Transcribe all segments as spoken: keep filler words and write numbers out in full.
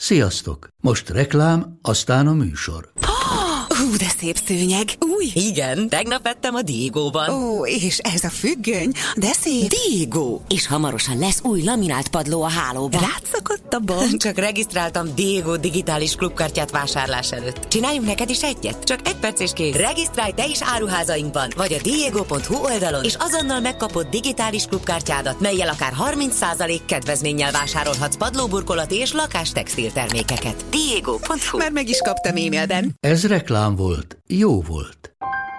Sziasztok! Most reklám, aztán a műsor. Hú, de szép szőnyeg. Új. Igen, tegnap vettem a Diegóban. Ó, és ez a függöny, de szép. Diegó. És hamarosan lesz új laminált padló a hálóban. Rátszakadt a bank. Csak regisztráltam Diegó digitális klubkártyát vásárlás előtt. Csináljunk neked is egyet? Csak egy perc és kész. Regisztrálj te is áruházainkban, vagy a diego pont hu oldalon, és azonnal megkapod digitális klubkártyádat, mellyel akár harminc százalék kedvezménnyel vásárolhatsz padlóburkolati és lakástextil termékeket. diego pont hu. Már meg is kaptam e-mailben. Ez reklám volt, jó volt.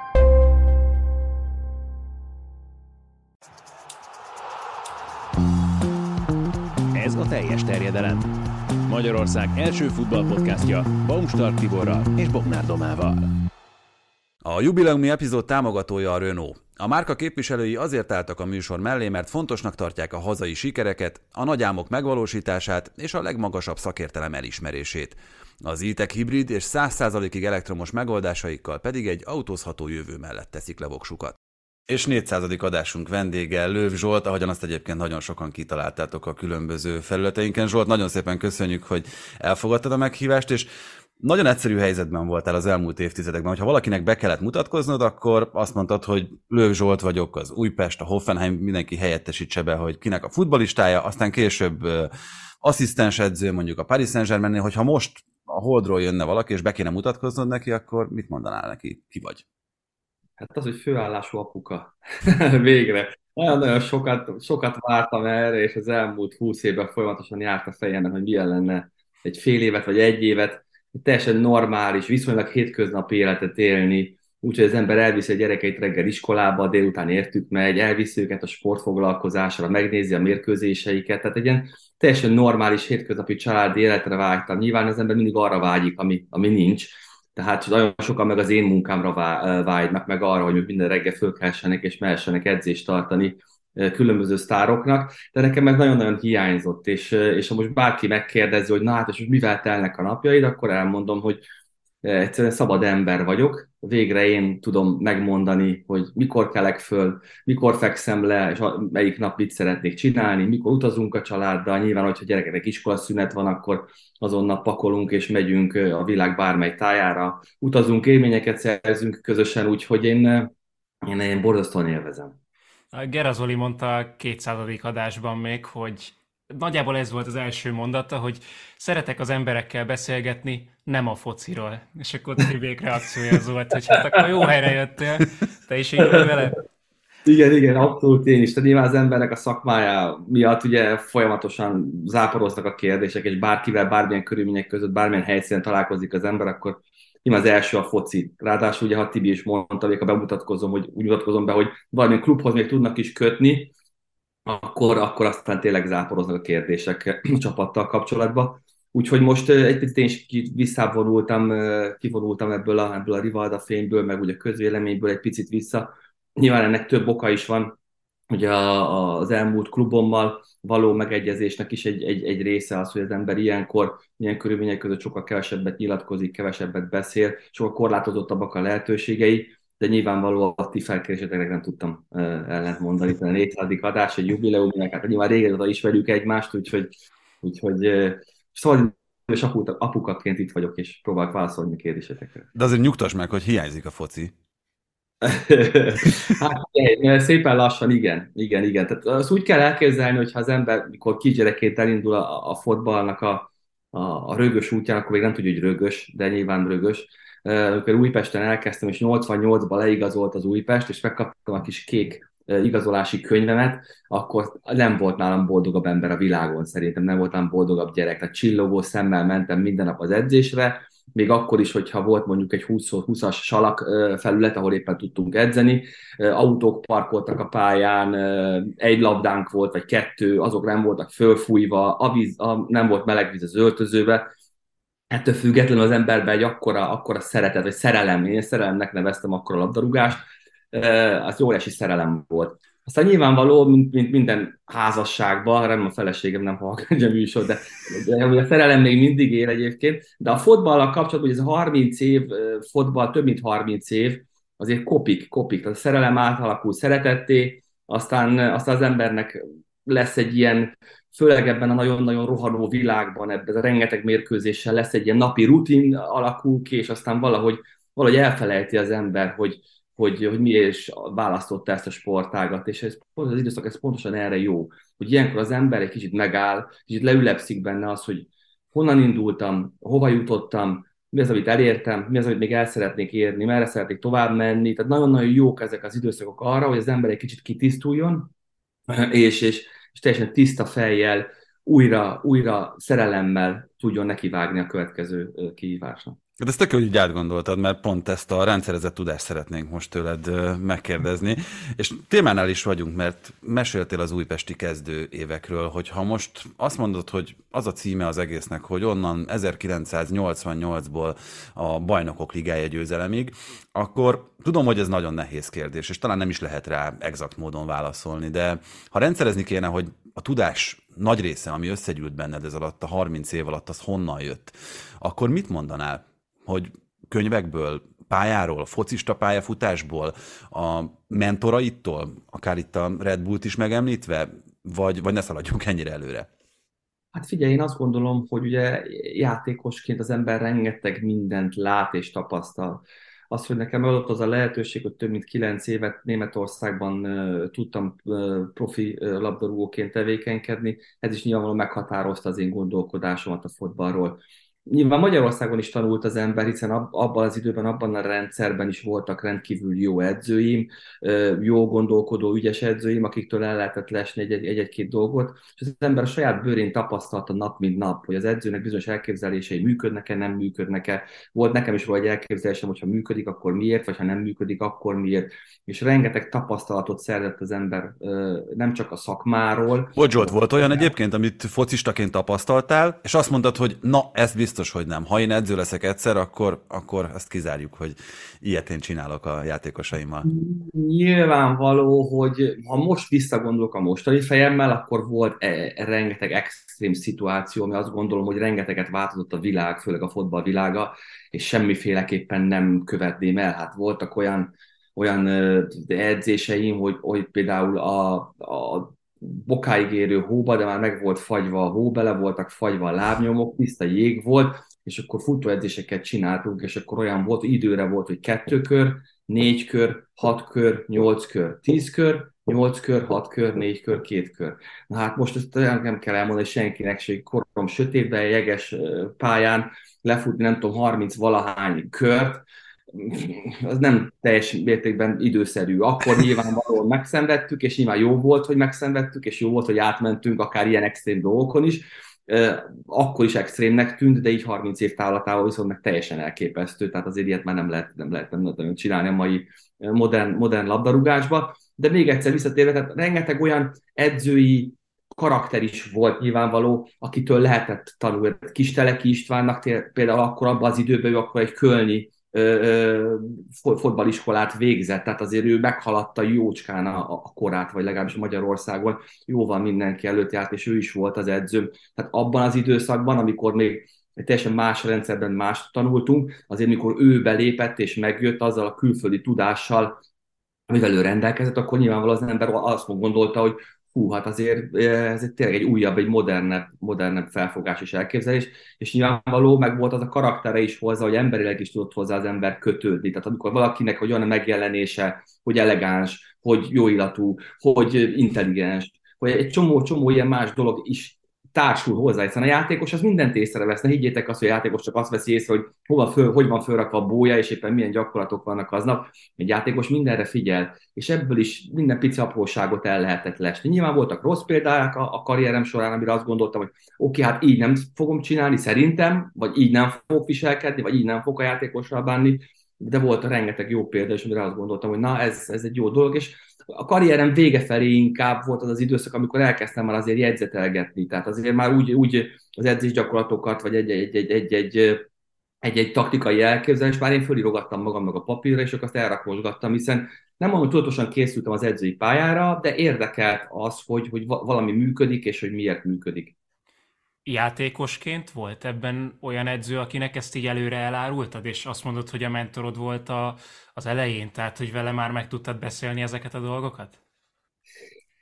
Ez a teljes terjedelem. Magyarország első futballpodcastja Baumstark Tiborral és Bognár Domával. A jubileumi epizód támogatója a Renault. A márka képviselői azért álltak a műsor mellé, mert fontosnak tartják a hazai sikereket, a nagy álmok megvalósítását és a legmagasabb szakértelem elismerését. Az e-tech hibrid és száz százalékig elektromos megoldásaikkal pedig egy autózható jövő mellett teszik le voksukat. És négyszázadik adásunk vendége Löw Zsolt, ahogyan azt egyébként nagyon sokan kitaláltátok a különböző felületeinken. Zsolt, nagyon szépen köszönjük, hogy elfogadtad a meghívást, és nagyon egyszerű helyzetben voltál az elmúlt évtizedekben. Hogyha valakinek be kellett mutatkoznod, akkor azt mondtad, hogy Löw Zsolt vagyok, az Újpest, a Hoffenheim, mindenki helyettesítse be, hogy kinek a futballistája, aztán később uh, asszisztens edző, mondjuk a Paris Saint-Germainnél, hogyha most a Holdról jönne valaki, és be kéne mutatkoznod neki, akkor mit mondanál neki? Ki vagy? Hát az, hogy főállású apuka. Végre. Nagyon-nagyon sokat, sokat vártam erre, és az elmúlt húsz évben folyamatosan járt a fejemben, hogy milyen lenne egy fél évet, vagy egy évet, egy teljesen normális, viszonylag hétköznapi életet élni, úgyhogy az ember elviszi a gyerekeit reggel iskolába, délután értük megy, elviszi őket a sportfoglalkozásra, megnézi a mérkőzéseiket, tehát egy ilyen teljesen normális hétköznapi családi életre vágytam. Nyilván az ember mindig arra vágyik, ami, ami nincs, tehát nagyon sokan meg az én munkámra vágynak, meg arra, hogy minden reggel fölkelsenek és mehessenek edzést tartani különböző sztároknak, de nekem meg nagyon-nagyon hiányzott, és, és ha most bárki megkérdezi, hogy na hát, és most mivel telnek a napjaid, akkor elmondom, hogy egyszerűen szabad ember vagyok, végre én tudom megmondani, hogy mikor kelek föl, mikor fekszem le, és melyik nap mit szeretnék csinálni, mikor utazunk a családdal, nyilván, hogyha gyerekeknek iskolaszünet van, akkor azonnal pakolunk és megyünk a világ bármely tájára, utazunk, élményeket szerzünk közösen, úgyhogy én, én, én borzasztóan élvezem. Gerazoli mondta a kétszázadik adásban még, hogy nagyjából ez volt az első mondata, hogy szeretek az emberekkel beszélgetni, nem a fociról. És akkor Tibék reakciója az volt, hogy hát akkor jó helyre jöttél, te is így vagy vele? Igen, igen, abszolút én is. Tehát nyilván az embernek a szakmája miatt ugye folyamatosan záporoznak a kérdések, és bárkivel, bármilyen körülmények között, bármilyen helyszínen találkozik az ember, akkor nyilván az első a foci. Ráadásul ugye, ha Tibi is mondta, még ha bemutatkozom, hogy úgy mutatkozom be, hogy valamilyen klubhoz még tudnak is kötni, akkor, akkor aztán tényleg záporoznak a kérdések a csapattal kapcsolatban. Úgyhogy most egy picit én is visszavonultam, kivonultam ebből a, ebből a Rivalda fényből, meg ugye a közvéleményből egy picit vissza. Nyilván ennek több oka is van, ugye az elmúlt klubommal való megegyezésnek is egy, egy, egy része az, hogy az ember ilyenkor, ilyen körülmények között sokkal kevesebbet nyilatkozik, kevesebbet beszél, sokkal korlátozottabbak a lehetőségei, de nyilvánvalóan a ti felkéréseteknek nem tudtam uh, ellent mondani. A négyszázadik adás, egy jubileuminek, hát nyilván régóta ismerjük egymást, úgyhogy, úgyhogy uh, szóval és apukaként itt vagyok, és próbálok válaszolni a kérdésetekre. De azért nyugtass meg, hogy hiányzik a foci. Hát szépen lassan, igen, igen, igen. Tehát azt úgy kell elképzelni, hogyha az ember, mikor kisgyerekként elindul a, a fotballnak a, a, a rögös útján, akkor még nem tudja, hogy rögös, de nyilván rögös. Amikor Újpesten elkezdtem, és nyolcvannyolcban leigazolt az Újpest, és megkaptam a kis kék igazolási könyvemet, akkor nem volt nálam boldogabb ember a világon, szerintem nem voltam boldogabb gyerek. Tehát csillogó szemmel mentem minden nap az edzésre, még akkor is, hogyha volt mondjuk egy húszas salak felület, ahol éppen tudtunk edzeni, autók parkoltak a pályán, egy labdánk volt, vagy kettő, azok nem voltak fölfújva, a víz, a, nem volt meleg víz az öltözőbe. Ettől függetlenül az emberben egy akkora, akkora szeretet, vagy szerelem, én szerelemnek neveztem akkor a labdarúgást, az óriási szerelem volt. Aztán nyilvánvaló, mint, mint minden házasságban, remélem a feleségem nem hallgatja a műsor, de, de a szerelem még mindig él egyébként, de a fotballal kapcsolatban, hogy ez a harminc év, fotball több mint harminc év, azért kopik, kopik. Tehát a szerelem átalakul szeretetté, aztán, aztán az embernek lesz egy ilyen főleg ebben a nagyon-nagyon rohanó világban, ebben a rengeteg mérkőzéssel lesz egy ilyen napi rutin alakul ki, és aztán valahogy, valahogy elfelejti az ember, hogy, hogy, hogy miért is választotta ezt a sportágat, és ez, az időszak ez pontosan erre jó, hogy ilyenkor az ember egy kicsit megáll, kicsit leülepszik benne az, hogy honnan indultam, hova jutottam, mi az, amit elértem, mi az, amit még el szeretnék érni, merre szeretnék tovább menni. Tehát nagyon-nagyon jók ezek az időszakok arra, hogy az ember egy kicsit kitisztuljon, és, és, és teljesen tiszta fejjel, újra, újra szerelemmel tudjon nekivágni a következő kihívásnak. De ezt tök jó, hogy így átgondoltad, mert pont ezt a rendszerezett tudást szeretnénk most tőled megkérdezni. És témánál is vagyunk, mert meséltél az újpesti kezdő évekről, hogy ha most azt mondod, hogy az a címe az egésznek, hogy onnan ezerkilencszáznyolcvannyolcból a Bajnokok Ligája győzelemig, akkor tudom, hogy ez nagyon nehéz kérdés, és talán nem is lehet rá exakt módon válaszolni, de ha rendszerezni kéne, hogy a tudás nagy része, ami összegyűlt benned ez alatt a harminc év alatt, az honnan jött, akkor mit mondanál? Hogy könyvekből, pályáról, focista pályafutásból, a mentoraitól, akár itt a Red Bullt is megemlítve, vagy, vagy ne szaladjunk ennyire előre? Hát figyelj, én azt gondolom, hogy ugye játékosként az ember rengeteg mindent lát és tapasztal. Az, hogy nekem adott az a lehetőség, hogy több mint kilenc évet Németországban uh, tudtam uh, profi uh, labdarúgóként tevékenykedni, ez is nyilvánvalóan meghatározta az én gondolkodásomat a fotballról. Nyilván Magyarországon is tanult az ember, hiszen abban az időben, abban a rendszerben is voltak rendkívül jó edzőim, jó gondolkodó, ügyes edzőim, akiktől el lehetett lesni egy-egy-két dolgot, és az ember a saját bőrén tapasztalta nap, mint nap, hogy az edzőnek bizonyos elképzelései működnek-e, nem működnek-e. Volt nekem is egy elképzelésem, hogy ha működik, akkor miért, vagy ha nem működik, akkor miért. És rengeteg tapasztalatot szerzett az ember, nem csak a szakmáról. Hogy Zsolt, volt olyan egyébként, amit focistaként tapasztaltál, és azt mondtad, hogy na, ezt biztos, hogy nem. Ha én edző leszek egyszer, akkor, akkor ezt kizárjuk, hogy ilyet én csinálok a játékosaimmal. Nyilvánvaló, hogy ha most visszagondolok a mostani fejemmel, akkor volt e, rengeteg extrém szituáció, ami azt gondolom, hogy rengeteget változott a világ, főleg a fotballvilága, és semmiféleképpen nem követném el. Hát voltak olyan, olyan edzéseim, hogy, hogy például a, a bokáig érő hóba, de már meg volt fagyva a hó, bele voltak fagyva a lábnyomok, tiszta jég volt, és akkor futóedzéseket csináltunk, és akkor olyan volt, időre volt, hogy kettő kör, négy kör, hat kör, nyolc kör, tíz kör, nyolc kör, hat kör, négy kör, két kör. Na hát most ezt nem kell elmondani senkinek, hogy korom sötétben, jeges pályán lefutni, nem tudom, harminc valahány kört, az nem teljes mértékben időszerű. Akkor nyilvánvalóan megszenvedtük, és nyilván jó volt, hogy megszenvedtük, és jó volt, hogy átmentünk akár ilyen extrém dolgokon is. Akkor is extrémnek tűnt, de így harminc év távlatával viszont meg teljesen elképesztő, tehát azért ilyet már nem lehet, nem lehet nem lehet csinálni a mai modern, modern labdarúgásba. De még egyszer visszatérve, tehát rengeteg olyan edzői karakter is volt nyilvánvaló, akitől lehetett tanulni. Kisteleki Istvánnak például akkor abban az időben ő akkor egy kölni fotballiskolát végzett, tehát azért ő meghaladta jócskán a, a korát, vagy legalábbis Magyarországon jóval mindenki előtt járt, és ő is volt az edző. Tehát abban az időszakban, amikor még egy teljesen más rendszerben mást tanultunk, azért mikor ő belépett és megjött azzal a külföldi tudással, amivel ő rendelkezett, akkor nyilvánvalóan az ember azt gondolta, hogy hú, hát azért ez tényleg egy újabb, egy modernebb, modernebb felfogás és elképzelés, és nyilvánvaló meg volt az a karaktere is hozzá, hogy emberileg is tudott hozzá az ember kötődni. Tehát amikor valakinek hogy olyan a megjelenése, hogy elegáns, hogy jó illatú, hogy intelligens, hogy egy csomó-csomó ilyen más dolog is társul hozzá, hiszen a játékos az mindent észrevesz. Ne higgyétek azt, hogy a játékos csak azt veszi észre, hogy hova föl, hogy van fölrakva a bója, és éppen milyen gyakorlatok vannak aznap. Egy játékos mindenre figyel, és ebből is minden pici apróságot el lehetett lesni. Nyilván voltak rossz példák a, a karrierem során, amire azt gondoltam, hogy oké, okay, hát így nem fogom csinálni szerintem, vagy így nem fogok viselkedni, vagy így nem fogok a játékossal bánni, de volt rengeteg jó példa, és amire azt gondoltam, hogy na, ez, ez egy jó dolog, és a karrierem vége felé inkább volt az az időszak, amikor elkezdtem már azért jegyzetelgetni, tehát azért már úgy, úgy az edzésgyakorlatokat, vagy egy-egy taktikai elképzelés, már én fölirogattam magamnak a papírra, és akkor azt elrakosgattam, hiszen nem mondom, hogy tudatosan készültem az edzői pályára, de érdekelt az, hogy, hogy valami működik, és hogy miért működik. Játékosként volt ebben olyan edző, akinek ezt így előre elárultad, és azt mondod, hogy a mentorod volt a, az elején, tehát hogy vele már meg tudtad beszélni ezeket a dolgokat?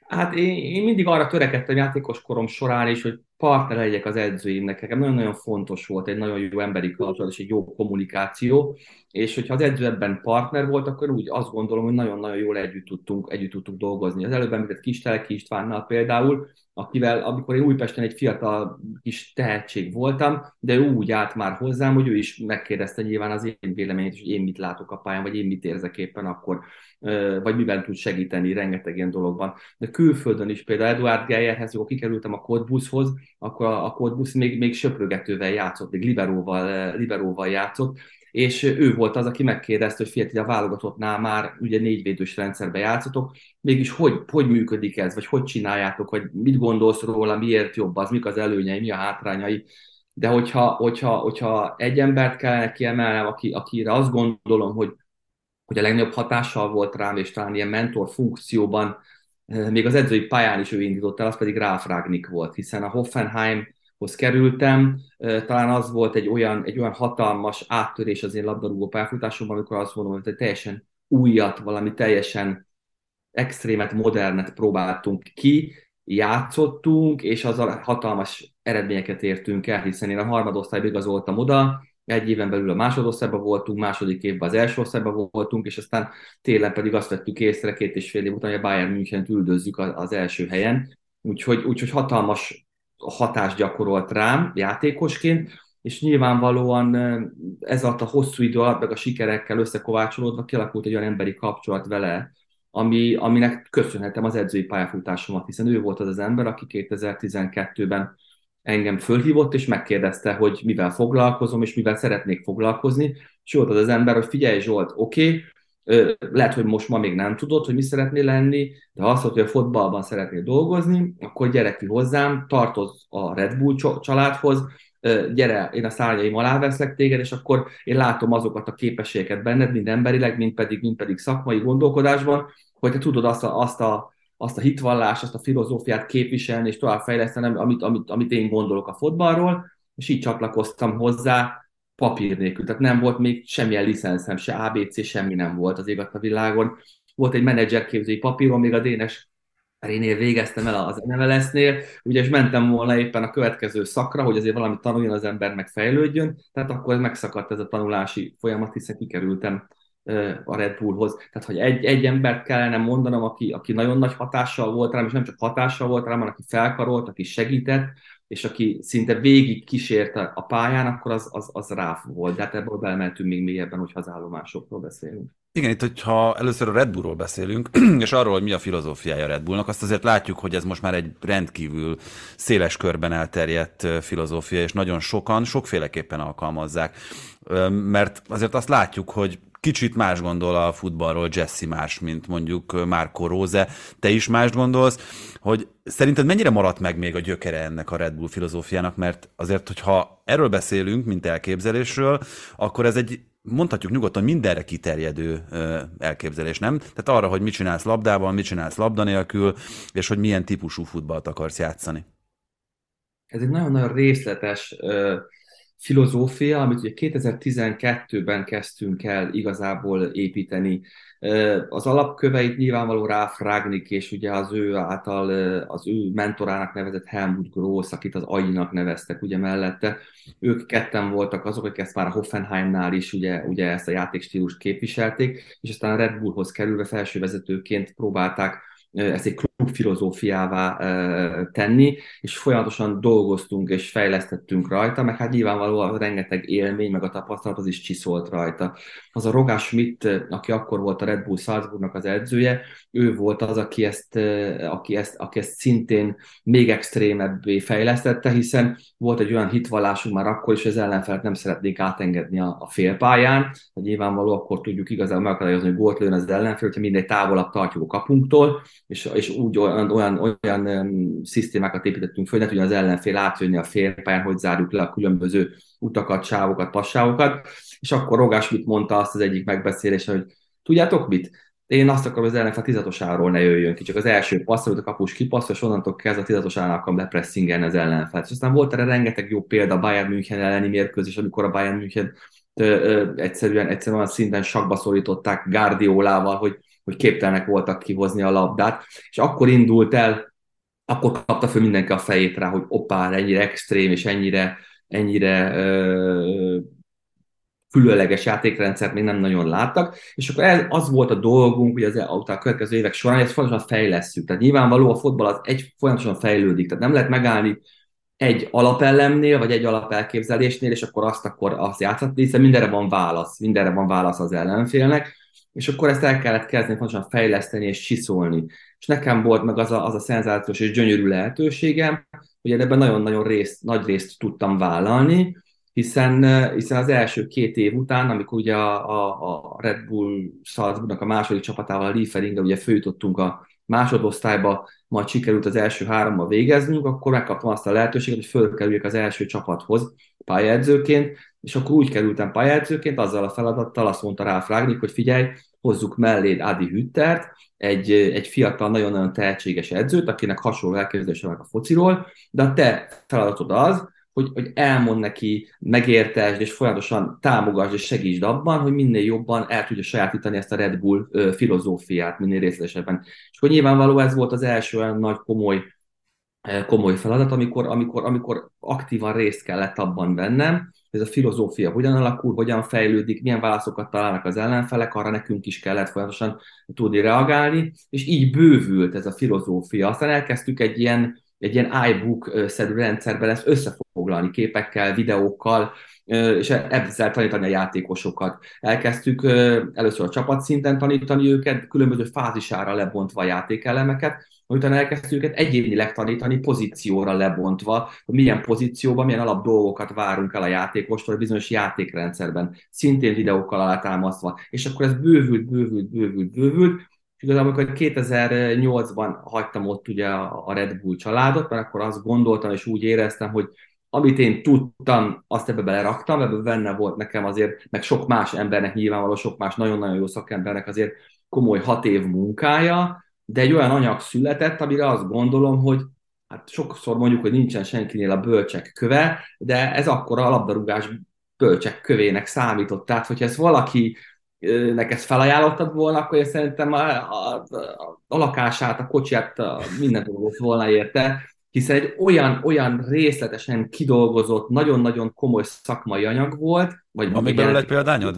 Hát én, én mindig arra törekedtem játékos korom során is, hogy partner legyek az edzőimnek. Nekem nagyon-nagyon fontos volt egy nagyon jó emberi kapcsolat és egy jó kommunikáció, és hogyha az edző ebben partner volt, akkor úgy azt gondolom, hogy nagyon-nagyon jól együtt tudtunk, együtt tudtunk dolgozni. Az előbb említett Kisteleki Istvánnal például, akivel, amikor én Újpesten egy fiatal kis tehetség voltam, de ő úgy állt már hozzám, hogy ő is megkérdezte nyilván az én véleményét, hogy én mit látok a pályán, vagy én mit érzek éppen akkor, vagy miben tud segíteni rengeteg ilyen dologban. De külföldön is például Eduard Geyerhez, amikor kikerültem a Cottbushoz, akkor a, a Cottbus még, még söprögetővel játszott, még liberóval, liberóval játszott, és ő volt az, aki megkérdezte, hogy fiatal, a válogatottnál már ugye négyvédős rendszerben játszotok, mégis hogy, hogy működik ez, vagy hogy csináljátok, vagy mit gondolsz róla, miért jobb az, mik az előnyei, mi a hátrányai. De hogyha, hogyha, hogyha egy embert kellene kiemelnem, aki, akire azt gondolom, hogy hogy a legnagyobb hatással volt rám, és talán ilyen mentor funkcióban, még az edzői pályán is ő indított el, az pedig Ralf Rangnick volt, hiszen a Hoffenheimhoz kerültem, talán az volt egy olyan, egy olyan hatalmas áttörés az én labdarúgó pályafutásomban, amikor azt mondom, hogy teljesen újat, valami teljesen extrémet, modernet próbáltunk ki, játszottunk, és azzal hatalmas eredményeket értünk el, hiszen én a harmadosztályba igazoltam oda, egy éven belül a másodosztályban voltunk, második évben az első osztályban voltunk, és aztán télen pedig azt vettük észre két és fél év után, hogy a Bayern Münchent üldözzük az első helyen. Úgyhogy, úgyhogy hatalmas hatást gyakorolt rám játékosként, és nyilvánvalóan ez alatt a hosszú idő alatt, meg a sikerekkel összekovácsolódva kialakult egy olyan emberi kapcsolat vele, ami, aminek köszönhetem az edzői pályafutásomat, hiszen ő volt az az ember, aki kétezer-tizenkettőben engem fölhívott, és megkérdezte, hogy mivel foglalkozom, és mivel szeretnék foglalkozni, és volt az az ember, hogy figyelj Zsolt, oké, okay, lehet, hogy most ma még nem tudod, hogy mi szeretnél lenni, de ha azt mondod, hogy a fotballban szeretnél dolgozni, akkor gyere ki hozzám, tartozz a Red Bull családhoz, gyere, én a szárnyaim alá veszlek téged, és akkor én látom azokat a képességeket benned, mind emberileg, mind pedig, mind pedig szakmai gondolkodásban, hogy te tudod azt a, azt a azt a hitvallást, azt a filozófiát képviselni és továbbfejleszteni, amit, amit, amit én gondolok a fotballról, és így csatlakoztam hozzá papír nélkül. Tehát nem volt még semmilyen licenszem, se á bé cé, semmi nem volt az ég a világon. Volt egy menedzserképzői papíron, még a Dénes Erénél végeztem el az en el es-nél, ugye, és mentem volna éppen a következő szakra, hogy azért valamit tanuljon az ember, meg fejlődjön, tehát akkor megszakadt ez a tanulási folyamat, hiszen kikerültem a Red Bullhoz. Tehát, hogy egy, egy embert kellene mondanom, aki, aki nagyon nagy hatással volt rám, és nem csak hatással volt rám, hanem aki felkarolt, aki segített, és aki szinte végig kísérte a pályán, akkor az, az, az Ralf volt. De hát ebből belemeltünk még mélyebben, hogyha az állomásokról beszélünk. Igen, itt, hogyha először a Red Bullról beszélünk, és arról, hogy mi a filozófiája a Red Bullnak, azt azért látjuk, hogy ez most már egy rendkívül széles körben elterjedt filozófia, és nagyon sokan, sokféleképpen alkalmazzák. Mert azért azt látjuk, hogy kicsit más gondol a futballról Jesse Marsch, mint mondjuk Marco Rose. Te is mást gondolsz, hogy szerinted mennyire maradt meg még a gyökere ennek a Red Bull filozófiának, mert azért, hogyha erről beszélünk, mint elképzelésről, akkor ez egy, mondhatjuk nyugodtan, mindenre kiterjedő elképzelés, nem? Tehát arra, hogy mit csinálsz labdával, mit csinálsz labda nélkül, és hogy milyen típusú futballt akarsz játszani. Ez egy nagyon-nagyon részletes filozófia, amit ugye kétezer-tizenkettőben kezdtünk el igazából építeni. Az alapköveit nyilvánvaló Ralf Rangnick, és ugye az ő által, az ő mentorának nevezett Helmut Gross, akit az Agyinak neveztek ugye mellette. Ők ketten voltak azok, akik ezt már a Hoffenheimnál is ugye, ugye ezt a játékstílust képviselték, és aztán a Red Bullhoz kerülve felsővezetőként próbálták ezt egy klubfilozófiává tenni, és folyamatosan dolgoztunk és fejlesztettünk rajta, meg hát nyilvánvalóan rengeteg élmény, meg a tapasztalat az is csiszolt rajta. Az a Roger Schmidt, aki akkor volt a Red Bull Salzburgnak az edzője, ő volt az, aki ezt, aki ezt, aki ezt szintén még extrémebbé fejlesztette, hiszen volt egy olyan hitvallásunk már akkor is, hogy az ellenfelet nem szeretnék átengedni a, a félpályán, hogy nyilvánvaló akkor tudjuk igazából megakadályozni, hogy gólt lőn az ellenfél, hogyha mindegy távolabb tartjuk a kapunktól, és, és úgy olyan, olyan, olyan um, szisztémákat építettünk föl, ne tudjon az ellenfél átjönni a félpályán, hogy zárjuk le a különböző utakat, sávokat, passávokat, és akkor Roger Schmidt mondta azt az egyik megbeszélésen, hogy tudjátok mit? Én azt akarom, hogy az ellenfél tizatosáról ne jöjjön ki, csak az első passz, amit a kapus kipasszol, és onnantól kezdve a tizatosának akarom lepresszingelni az ellenfél. És aztán volt erre rengeteg jó példa a Bayern München elleni mérkőzés, amikor a Bayern München ö, ö, egyszerűen, egyszerűen olyan szinten sakba szorították Guardiolával, hogy hogy képtelenek voltak kihozni a labdát, és akkor indult el, akkor kapta föl mindenki a fejét rá, hogy oppá, ennyire extrém, és ennyire, ennyire ö, különleges játékrendszert még nem nagyon láttak, és akkor ez, az volt a dolgunk, hogy az a következő évek során, hogy ezt folyamatosan fejlesszük. Tehát nyilvánvaló a fotball az egy folyamatosan fejlődik, tehát nem lehet megállni egy alapellemnél, vagy egy alapelképzelésnél, és akkor azt akkor azt játszhatni, hiszen mindenre van válasz, mindenre van válasz az ellenfélnek, és akkor ezt el kellett kezdeni pontosan fejleszteni és csiszolni. És nekem volt meg az a, az a szenzációs és gyönyörű lehetőségem, hogy én ebben nagyon-nagyon részt, nagy részt tudtam vállalni, hiszen, hiszen az első két év után, amikor ugye a, a, a Red Bull Salzburgnak a második csapatával, a Lieferinggel ugye följutottunk a másodosztályba, majd sikerült az első háromba végeznünk, akkor megkaptam azt a lehetőséget, hogy fölkerüljek az első csapathoz pályaedzőként, és akkor úgy kerültem pályaedzőként, azzal a feladattal azt mondta Ralf Rangnick, hogy figyelj, hozzuk melléd Adi Hüttert, egy, egy fiatal, nagyon-nagyon tehetséges edzőt, akinek hasonló elképzelése van a fociról, de a te feladatod az, hogy, hogy elmond neki, megértesd, és folyamatosan támogasd és segítsd abban, hogy minél jobban el tudja sajátítani ezt a Red Bull ö, filozófiát, minél részletesebben. És akkor nyilvánvaló ez volt az első olyan nagy komoly, komoly feladat, amikor, amikor, amikor aktívan részt kellett abban bennem, hogy ez a filozófia hogyan alakul, hogyan fejlődik, milyen válaszokat találnak az ellenfelek, arra nekünk is kellett folyamatosan tudni reagálni, és így bővült ez a filozófia. Aztán elkezdtük egy ilyen egy ilyen iBook-szerű rendszerben ezt összefoglalni képekkel, videókkal, és ezzel tanítani a játékosokat. Elkezdtük először a csapatszinten tanítani őket, különböző fázisára lebontva a játékelemeket, utána elkezdtük őket egyénileg tanítani, pozícióra lebontva, hogy milyen pozícióban, milyen alap dolgokat várunk el a játékostól, a bizonyos játékrendszerben, szintén videókkal alátámasztva. És akkor ez bővült, bővült, bővült, bővült, és igazából, amikor kétezer-nyolcban hagytam ott ugye a Red Bull családot, mert akkor azt gondoltam, és úgy éreztem, hogy amit én tudtam, azt ebbe beleraktam, ebbe benne volt nekem azért, meg sok más embernek nyilvánvaló, sok más nagyon-nagyon jó szakembernek azért komoly hat év munkája, de egy olyan anyag született, amire azt gondolom, hogy hát sokszor mondjuk, hogy nincsen senkinél a bölcsek köve, de ez akkor a labdarúgás bölcsek kövének számított. Tehát, hogyha ez valaki nek ezt felajánlottad volna, akkor én szerintem a, a, a, a lakását, a kocsiját, a mindent dolgozott volna érte, hiszen egy olyan, olyan részletesen kidolgozott, nagyon-nagyon komoly szakmai anyag volt. Vagy van még belőle egy példányod?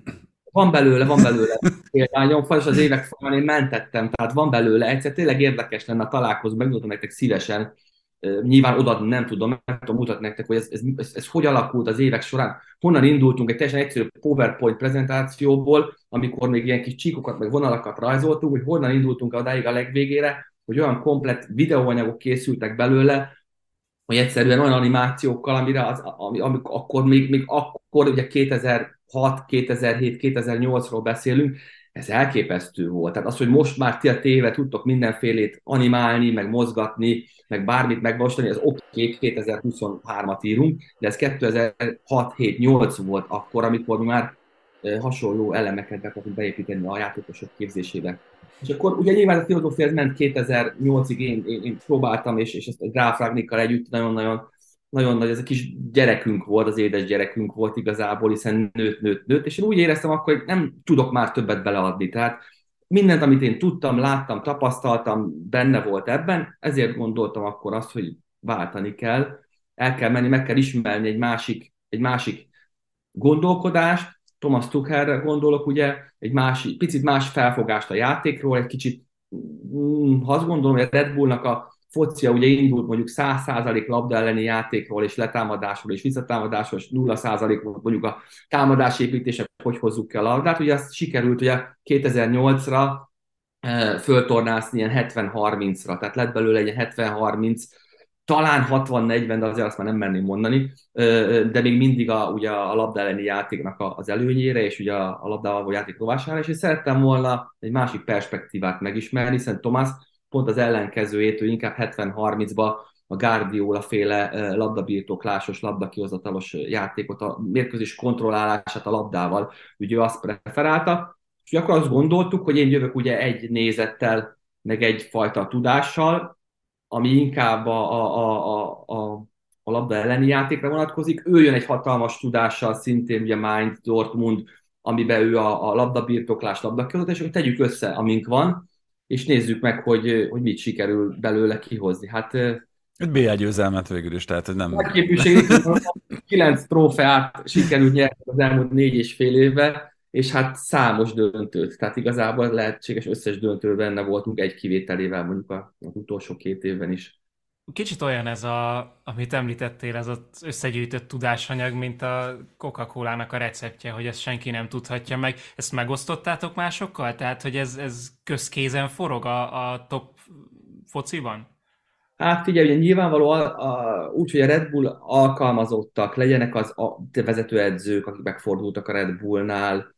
Van belőle, van belőle példányom, és az évek folyamán én mentettem, tehát van belőle, egyszer tényleg érdekes lenne találkozni, megmutatom nektek szívesen, nyilván oda nem tudom, nem tudom mutatni nektek, hogy ez, ez, ez, ez hogy alakult az évek során, honnan indultunk egy teljesen egyszerű PowerPoint prezentációból, amikor még ilyen kis csíkokat, meg vonalakat rajzoltunk, hogy honnan indultunk odáig a legvégére, hogy olyan komplett videóanyagok készültek belőle, hogy egyszerűen olyan animációkkal, amire az, ami, ami, akkor még, még akkor, ugye kétezer-hat, kétezer-hét, kétezer-nyolcról beszélünk, ez elképesztő volt. Tehát az, hogy most már ti a téve tudtok mindenfélét animálni, meg mozgatni, meg bármit megvalósítani, az oké, kétezer-huszonhármat írunk, de ez kétezer-hat, hét, nyolc volt akkor, amikor mi már hasonló elemeket be tudunk beépíteni a játékosok képzésébe. És akkor ugye nyilván a filozófia ez ment kétezer-nyolcig, én, én, én próbáltam, és, és ezt a Ralf Rangnickkal együtt nagyon-nagyon nagyon nagy, ez a kis gyerekünk volt, az édes gyerekünk volt igazából, hiszen nőtt, nőtt, nőtt, és én úgy éreztem akkor, hogy nem tudok már többet beleadni. Tehát mindent, amit én tudtam, láttam, tapasztaltam, benne volt ebben, ezért gondoltam akkor azt, hogy váltani kell, el kell menni, meg kell ismerni egy másik, egy másik gondolkodást. Thomas Tuchelre gondolok, ugye, egy másik, picit más felfogást a játékról, egy kicsit, mm, azt gondolom, hogy a Red Bullnak a focia ugye indult mondjuk száz százalék labda elleni játékról és letámadásról és visszatámadásról, és nulla százalék volt mondjuk a támadásépítése, hogy hozzuk ki a labdát. Ugye azt sikerült ugye kétezer-nyolcra e, föltornászni ilyen hetven harmincra, tehát lett belőle egy hetven harminc, talán hatvan negyven, de azért azt már nem merném mondani, de még mindig a, ugye a labda elleni játéknak az előnyére, és ugye a labdával való játék rovására, és én szerettem volna egy másik perspektívát megismerni, hiszen Thomas pont az ellenkezőjét, ő inkább hetven harmincba a Guardiola féle labdabirtoklásos, labdakihozatalos játékot, a mérkőzés kontrollálását a labdával, ugye ő azt preferálta, és akkor azt gondoltuk, hogy én jövök ugye egy nézettel, meg egyfajta tudással, ami inkább a, a, a, a, a labda elleni játékra vonatkozik. Ő jön egy hatalmas tudással, szintén ugye Mainz, Dortmund, amiben ő a, a labdabirtoklás, labdakihozatal, és hogy tegyük össze, amink van, és nézzük meg, hogy, hogy mit sikerül belőle kihozni. Hát Egy bé egy győzelmet végül is, tehát hogy nem... nagy képviség, kilenc trófeát sikerült nyerni az elmúlt négy és fél évben, és hát számos döntőt. Tehát igazából lehetséges összes döntő benne voltunk egy kivételével mondjuk az utolsó két évben is. Kicsit olyan ez, a, amit említettél, ez az összegyűjtött tudásanyag, mint a Coca-Colának a receptje, hogy ezt senki nem tudhatja meg. Ezt megosztottátok másokkal? Tehát, hogy ez, ez közkézen forog a, a top fociban? Hát figyelj, ugye nyilvánvaló úgy, hogy a Red Bull alkalmazottak, legyenek az a vezetőedzők, akik megfordultak a Red Bullnál,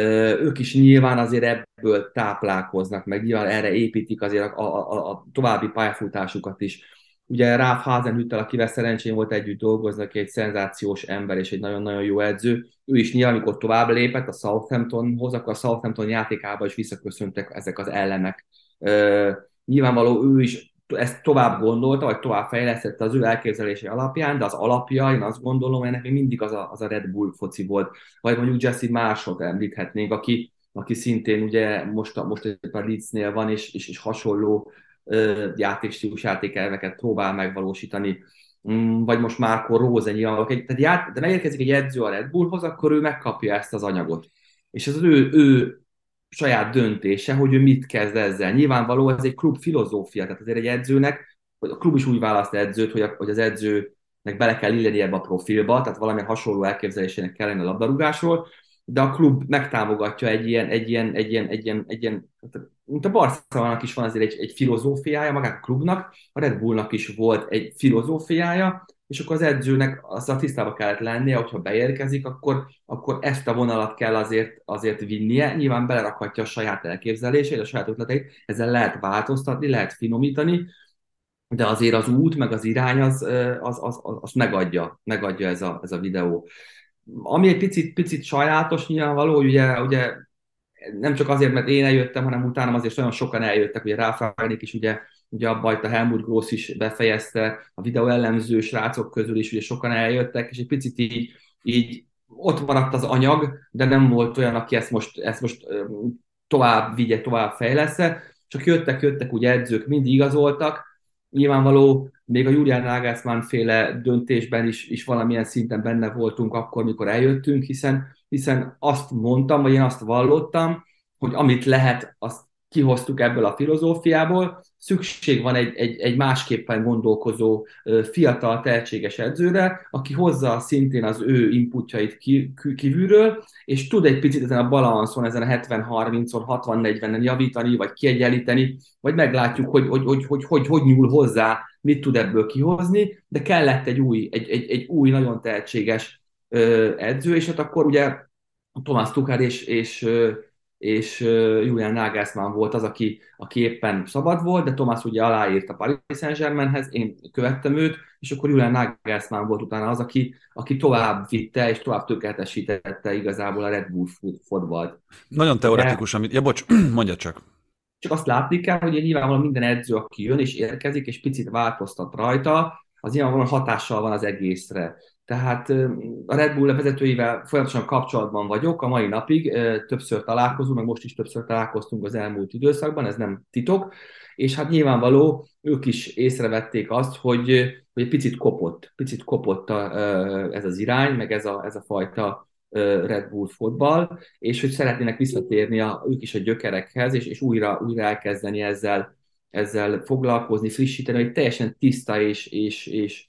ők is nyilván azért ebből táplálkoznak, meg nyilván erre építik azért a, a, a további pályafutásukat is. Ugye Ralph Hasenhüttl, akivel szerencsém volt együtt dolgozni, aki egy szenzációs ember és egy nagyon-nagyon jó edző, ő is nyilván, amikor tovább lépett a Southamptonhoz, akkor a Southampton játékában is visszaköszöntek ezek az elemek. Nyilvánvaló ő is ezt tovább gondolta, vagy tovább fejlesztette az ő elképzelése alapján, de az alapja, én azt gondolom, ennek még mindig az a, az a Red Bull foci volt. Vagy mondjuk Jesse Marshall-t említhetnénk, aki, aki szintén ugye most a, most a Leedsnél van, és, és, és hasonló uh, játékstílus játékelveket próbál megvalósítani. Mm, vagy most Marco Rose nyilvánvalóan. Tehát ját, de megérkezik egy edző a Red Bullhoz, akkor ő megkapja ezt az anyagot. És ez az ő, ő saját döntése, hogy ő mit kezd ezzel. Nyilvánvaló, ez egy klub filozófia, tehát azért egy edzőnek, a klub is úgy választ edzőt, hogy, a, hogy az edzőnek bele kell illeni ebbe a profilba, tehát valamilyen hasonló elképzelésének kell lenni a labdarúgásról, de a klub megtámogatja egy ilyen, egy ilyen, egy ilyen, egy ilyen, egy ilyen mint a Barcelonának is van azért egy, egy filozófiája, magát a klubnak, a Red Bullnak is volt egy filozófiája, és akkor az edzőnek azzal tisztában kellett lennie, hogyha beérkezik, akkor, akkor ezt a vonalat kell azért, azért vinnie. Nyilván belerakhatja a saját elképzelését, a saját ötleteit, ezzel lehet változtatni, lehet finomítani, de azért az út, meg az irány, az, az, az, az, az megadja, megadja ez a, ez a videó. Ami egy picit, picit sajátos nyilvánvaló, hogy ugye, ugye nem csak azért, mert én eljöttem, hanem utána azért nagyon sokan eljöttek, ugye Ralf Rangnick is ugye, ugye abba itt a Helmut Gross is befejezte, a videó elemző srácok közül is ugye sokan eljöttek, és egy picit így, így ott maradt az anyag, de nem volt olyan, aki ezt most, ezt most tovább vigye, tovább fejlesz-e, csak jöttek, jöttek ugye edzők, mindig igazoltak, nyilvánvaló, még a Julian Nagelsmann féle döntésben is, is valamilyen szinten benne voltunk akkor, mikor eljöttünk, hiszen, hiszen azt mondtam, vagy én azt vallottam, hogy amit lehet, azt kihoztuk ebből a filozófiából, szükség van egy, egy, egy másképpen gondolkozó fiatal, tehetséges edzőre, aki hozza szintén az ő inputjait kívülről, és tud egy picit ezen a balanszon, ezen a hetven harmincon, hatvan negyvenen javítani, vagy kiegyenlíteni, vagy meglátjuk, hogy hogy, hogy, hogy, hogy, hogy nyúl hozzá, mit tud ebből kihozni, de kellett egy új, egy, egy, egy új nagyon tehetséges edző, és hát akkor ugye Thomas Tuchel és, és és Julian Nagelsmann volt az, aki, aki éppen szabad volt, de Thomas ugye aláírt a Paris Saint-Germainhez, én követtem őt, és akkor Julian Nagelsmann volt utána az, aki, aki tovább vitte és tovább tökéletesítette igazából a Red Bull fotballt. Nagyon teoretikus, amit... Ja, bocs, mondja csak. Csak azt látni kell, hogy nyilvánvalóan minden edző, aki jön és érkezik, és picit változtat rajta, az nyilvánvalóan hatással van az egészre. Tehát a Red Bull vezetőivel folyamatosan kapcsolatban vagyok, a mai napig többször találkozunk, meg most is többször találkoztunk az elmúlt időszakban, ez nem titok, és hát nyilvánvaló, ők is észrevették azt, hogy, hogy egy picit kopott, picit kopott a, ez az irány, meg ez a, ez a fajta Red Bull fotball, és hogy szeretnének visszatérni a, ők is a gyökerekhez, és, és újra, újra elkezdeni ezzel, ezzel foglalkozni, frissíteni, hogy teljesen tiszta és, és, és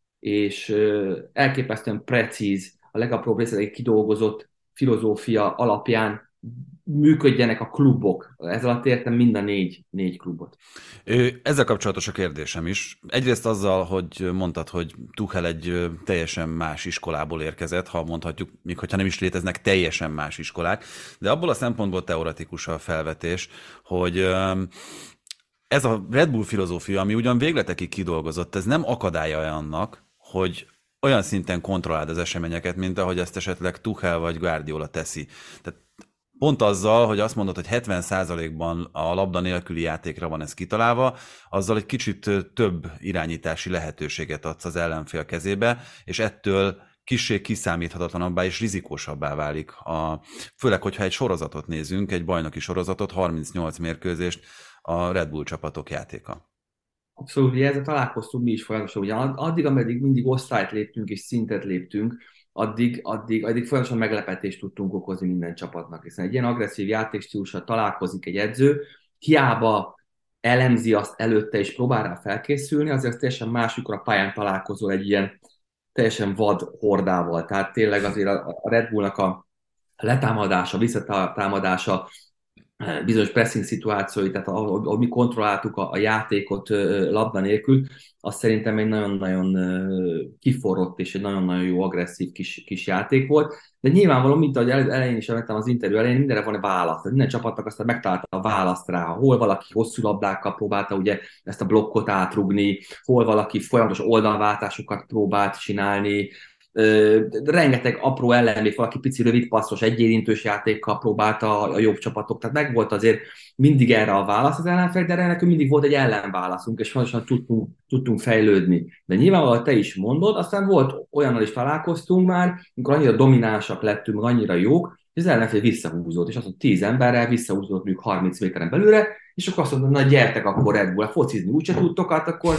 és elképesztően precíz, a legapróbb részletekig kidolgozott filozófia alapján működjenek a klubok. Ez alatt értem mind a négy, négy klubot. Ezzel kapcsolatos a kérdésem is. Egyrészt azzal, hogy mondtad, hogy Tuchel egy teljesen más iskolából érkezett, ha mondhatjuk, még hogyha nem is léteznek teljesen más iskolák, de abból a szempontból teoretikus a felvetés, hogy ez a Red Bull filozófia, ami ugyan végletekig kidolgozott, ez nem akadálya annak, hogy olyan szinten kontrolláld az eseményeket, mint ahogy ezt esetleg Tuchel vagy Guardiola teszi. Tehát pont azzal, hogy azt mondod, hogy hetven százalékban a labda nélküli játékra van ez kitalálva, azzal egy kicsit több irányítási lehetőséget adsz az ellenfél kezébe, és ettől kissé kiszámíthatatlanabbá és rizikósabbá válik. A, főleg, hogyha egy sorozatot nézünk, egy bajnoki sorozatot, harmincnyolc mérkőzést, a Red Bull csapatok játéka. Abszolút, ugye ezzel találkoztunk mi is folyamatosan, ugye addig, ameddig mindig osztályt léptünk és szintet léptünk, addig, addig, addig folyamatosan meglepetést tudtunk okozni minden csapatnak, hiszen egy ilyen agresszív játékstílussal találkozik egy edző, hiába elemzi azt előtte és próbál rá felkészülni, azért teljesen másukra a pályán találkozol egy ilyen teljesen vad hordával, tehát tényleg azért a Red Bullnak a letámadása, visszatámadása, bizonyos pressing szituációi, tehát ahogy, ahogy mi kontrolláltuk a, a játékot labda nélkül, az szerintem egy nagyon-nagyon kiforrott és egy nagyon-nagyon jó agresszív kis, kis játék volt, de nyilvánvalóan, mint ahogy elején is említettem az interjú elején, mindenre van egy válasz, minden csapatnak aztán megtalálta a választ rá, hol valaki hosszú labdákkal próbálta ugye ezt a blokkot átrugni, hol valaki folyamatos oldalváltásokat próbált csinálni, Uh, rengeteg apró ellenlét, valaki pici rövidpasszos, egyérintős játékkal próbálta a, a jobb csapatok, tehát meg volt azért mindig erre a válasz az ellenfél, de nekünk mindig volt egy ellenválaszunk, és fontosan tudtunk, tudtunk fejlődni. De nyilvánvalóan te is mondod, aztán volt olyannal is találkoztunk már, amikor annyira dominánsak lettünk, annyira jók, hogy az ellenfél visszahúzott, és azt mondta, tíz emberrel visszahúzott mondjuk harminc méteren belőle, és akkor azt mondta, na gyertek akkor Red Bull, focizni úgyse tudtok, hát akkor,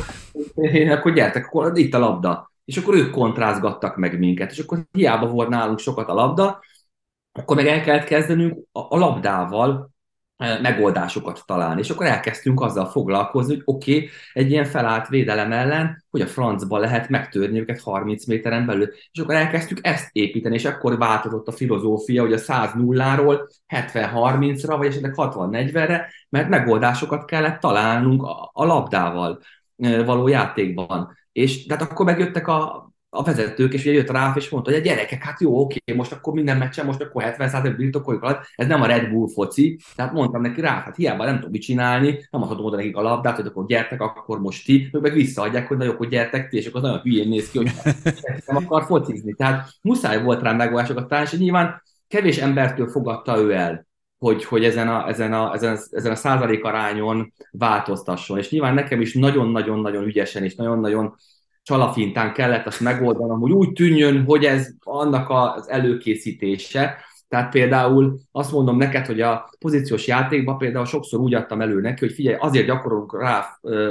akkor gyertek, akkor itt a labda. És akkor ők kontrázgattak meg minket, és akkor hiába volt nálunk sokat a labda, akkor meg el kellett kezdenünk a, a labdával e, megoldásokat találni, és akkor elkezdtünk azzal foglalkozni, hogy oké, okay, egy ilyen felállt védelem ellen, hogy a francba lehet megtörni őket harminc méteren belül, és akkor elkezdtük ezt építeni, és akkor változott a filozófia, hogy a száz nulláról hetven harmincra, vagy esetleg hatvan negyvenre, mert megoldásokat kellett találnunk a, a labdával e, való játékban. És tehát akkor megjöttek a, a vezetők, és ugye jött Ráf, és mondta, hogy a gyerekek, hát jó, oké, most akkor minden meccsen, most akkor hetven százalék birtokoljuk alatt, ez nem a Red Bull foci, tehát mondtam neki, Ráf, hát hiába nem tudom mit csinálni, nem adhatom oda nekik a labdát, hogy akkor gyertek, akkor most ti, meg, meg visszaadják, hogy na jó, hogy gyertek ti, és akkor az nagyon hülyén néz ki, hogy nem akar focizni. Tehát muszáj volt rá megoldásokat találni, és nyilván kevés embertől fogadta ő el, hogy, hogy ezen, a, ezen, a, ezen, a, ezen a százalék arányon változtasson. És nyilván nekem is nagyon-nagyon-nagyon ügyesen és nagyon-nagyon csalafintán kellett azt megoldanom, hogy úgy tűnjön, hogy ez annak az előkészítése. Tehát például azt mondom neked, hogy a pozíciós játékban például sokszor úgy adtam elő neki, hogy figyelj, azért gyakorolunk rá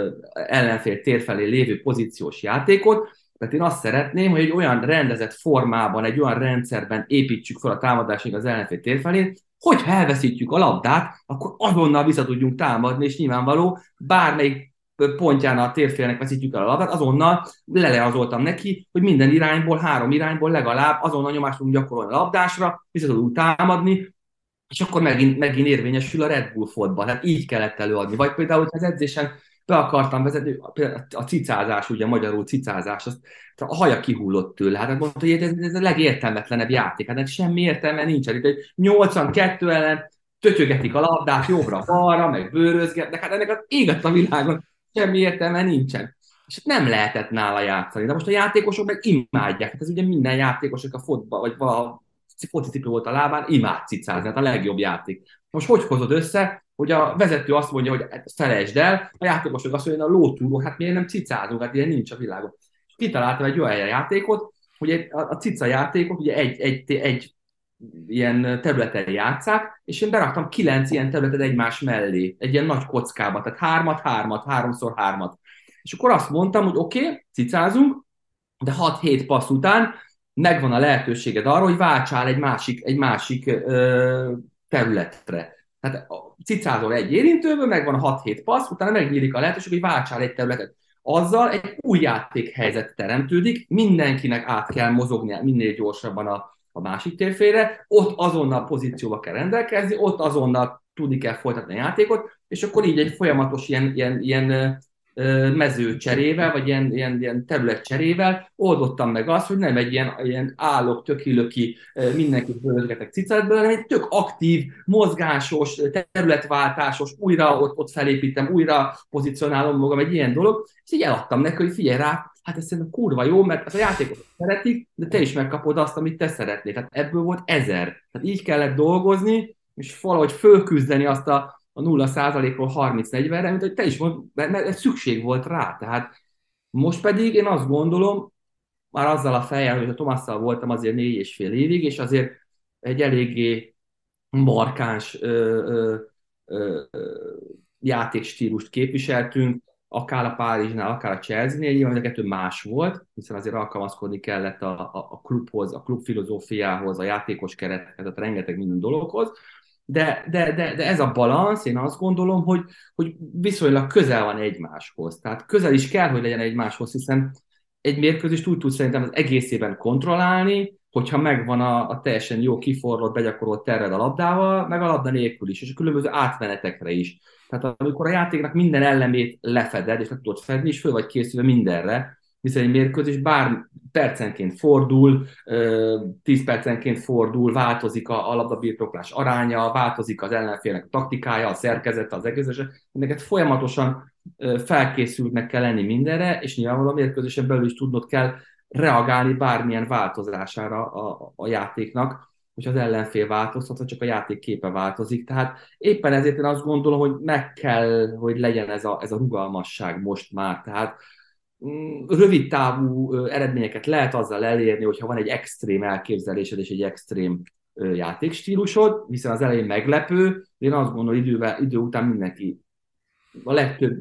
ellenfél tér felé lévő pozíciós játékot, mert én azt szeretném, hogy egy olyan rendezett formában, egy olyan rendszerben építsük fel a támadásig az ellenfél tér felé, hogyha elveszítjük a labdát, akkor azonnal vissza tudjunk támadni, és nyilvánvaló, bármelyik pontján a térfélnek veszítjük el a labdát, azonnal leleazoltam neki, hogy minden irányból, három irányból legalább azonnal nyomást tudunk gyakorolni a labdásra, vissza tudunk támadni, és akkor megint, megint érvényesül a Red Bull fotball. Hát így kellett előadni. Vagy például, hogy az edzésen be akartam vezetni, a cicázás, ugye magyarul cicázás, azt, a haja kihullott tőle. Hát mondta, hogy ez, ez a legértelmetlenebb játék. Hát semmi értelme nincsen. Itt nyolcvankettő ellen tötyögetik a labdát jobbra-balra, meg bőrözgetnek. Hát ennek az éget a világon semmi értelme nincsen. És nem lehetett nála játszani. De most a játékosok meg imádják. Hát ez ugye minden játékos, a fotball, vagy valaha focicipő volt a lábán, imád cicázni, hát a legjobb játék. Most hogy hozod össze, hogy a vezető azt mondja, hogy felejtsd el, a játékosok azt mondja, hogy a lótúró, hát miért nem cicázunk, hát ilyen nincs a világon. És kitaláltam egy olyan játékot, hogy egy, a, a cica játékot ugye egy, egy, egy ilyen területen játszák, és én beraktam kilenc ilyen területet egymás mellé, egy ilyen nagy kockába, tehát hármat, hármat, háromszor hármat. És akkor azt mondtam, hogy oké, okay, cicázunk, de hat-hét passz után megvan a lehetőséged arra, hogy váltsál egy másik, egy másik ö, területre. Tehát cicázol egy érintőből, megvan a hat-hét passz, utána megnyílik a lehetőség, hogy váltsál egy területet. Azzal egy új játékhelyzet teremtődik, mindenkinek át kell mozogni minél gyorsabban a, a másik térfélre, ott azonnal pozícióba kell rendelkezni, ott azonnal tudni kell folytatni a játékot, és akkor így egy folyamatos ilyen, ilyen, ilyen mezőcserével, vagy ilyen, ilyen, ilyen területcserével oldottam meg azt, hogy nem egy ilyen, ilyen állok, tökilöki, mindenkit bőrözgetek cicálatból, hanem egy tök aktív, mozgásos, területváltásos, újra ott, ott felépítem, újra pozícionálom magam, egy ilyen dolog, és így eladtam neki, hogy figyelj rá, hát ez szerintem kurva jó, mert az a játékot szeretik, de te is megkapod azt, amit te szeretnél. Tehát ebből volt ezer. Tehát így kellett dolgozni, és valahogy fölküzdeni azt a a nulla százalékról harminc-negyvenre, mint hogy te is mond, mert szükség volt rá. Tehát most pedig én azt gondolom, már azzal a fejjel, hogy a Tomasszal voltam azért négy és fél évig, és azért egy eléggé markáns ö, ö, ö, ö, játékstílust képviseltünk, akár a Párizsnál, akár a Chelsea-nél, nyilván a kettő más volt, hiszen azért alkalmazkodni kellett a, a, a klubhoz, a klub filozófiához, a játékos kerethez, tehát rengeteg minden dologhoz, de, de, de, de ez a balansz, én azt gondolom, hogy, hogy viszonylag közel van egymáshoz. Tehát közel is kell, hogy legyen egymáshoz, hiszen egy mérkőzést úgy tud szerintem az egészében kontrollálni, hogyha megvan a, a teljesen jó kiforrott, begyakorolt terved a labdával, meg a labda nélkül is, és a különböző átmenetekre is. Tehát amikor a játéknak minden elemét lefeded, és le tudod fedni, és föl vagy készülve mindenre, hiszen egy mérkőzés bár percenként fordul, tíz percenként fordul, változik a, a labdabirtoklás aránya, változik az ellenfélnek a taktikája, a szerkezete, az egészese, ezeket folyamatosan felkészültnek kell lenni mindenre, és nyilvánvalóan a mérkőzésen belül is tudnod kell reagálni bármilyen változására a, a játéknak, hogy az ellenfél változhat, vagy csak a játék képe változik. Tehát éppen ezért én azt gondolom, hogy meg kell, hogy legyen ez a, ez a rugalmasság most már. Tehát rövid távú eredményeket lehet azzal elérni, hogyha van egy extrém elképzelésed és egy extrém játékstílusod, hiszen az elején meglepő, de én azt gondolom, idővel, idő után mindenki, a legtöbb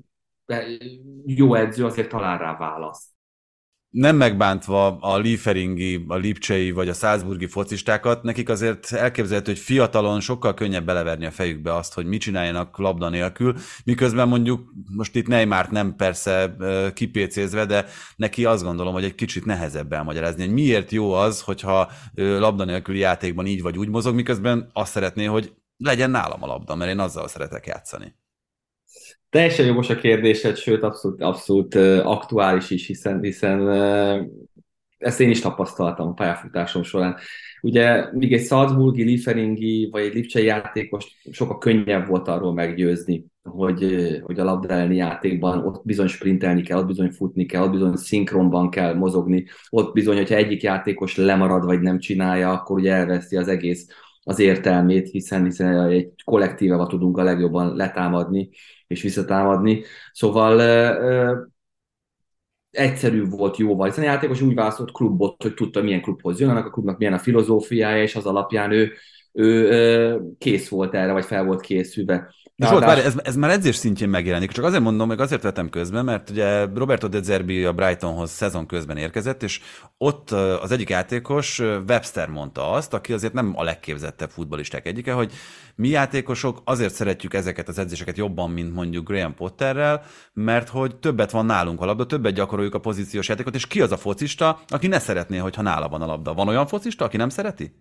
jó edző azért talál rá választ. Nem megbántva a Lieferingi, a Lipcsei vagy a Salzburgi focistákat, nekik azért elképzelhető, hogy fiatalon sokkal könnyebb beleverni a fejükbe azt, hogy mit csináljanak labda nélkül, miközben mondjuk most itt Neymart nem persze kipécézve, de neki azt gondolom, hogy egy kicsit nehezebb elmagyarázni, hogy miért jó az, hogyha labda nélküli játékban így vagy úgy mozog, miközben azt szeretné, hogy legyen nálam a labda, mert én azzal szeretek játszani. Teljesen jogos a kérdésed, sőt abszolút, abszolút uh, aktuális is, hiszen, hiszen uh, ezt én is tapasztaltam a pályafutásom során. Ugye míg egy Salzburgi, Lieferingi vagy egy Lipcsei játékos sokkal könnyebb volt arról meggyőzni, hogy, hogy a labda elleni játékban ott bizony sprintelni kell, ott bizony futni kell, ott bizony szinkronban kell mozogni, ott bizony, hogyha egyik játékos lemarad vagy nem csinálja, akkor ugye elveszti az egész az értelmét, hiszen, hiszen egy kollektívával tudunk a legjobban letámadni és visszatámadni. Szóval ö, ö, egyszerű volt jóval, hiszen a játékos úgy választott klubot, hogy tudta, milyen klubhoz jön, annak a klubnak milyen a filozófiája, és az alapján ő, ő ö, kész volt erre, vagy fel volt készülve. De Zsolt, várj, ez, ez már edzés szintjén megjelenik. Csak azért mondom, meg azért vettem közben, mert ugye Roberto De Zerbi a Brightonhoz szezon közben érkezett, és ott az egyik játékos, Webster mondta azt, aki azért nem a legképzettebb futballisták egyike, hogy mi játékosok azért szeretjük ezeket az edzéseket jobban, mint mondjuk Graham Potterrel, mert hogy többet van nálunk a labda, többet gyakoroljuk a pozíciós játékot, és ki az a focista, aki ne szeretné, hogyha nála van a labda? Van olyan focista, aki nem szereti?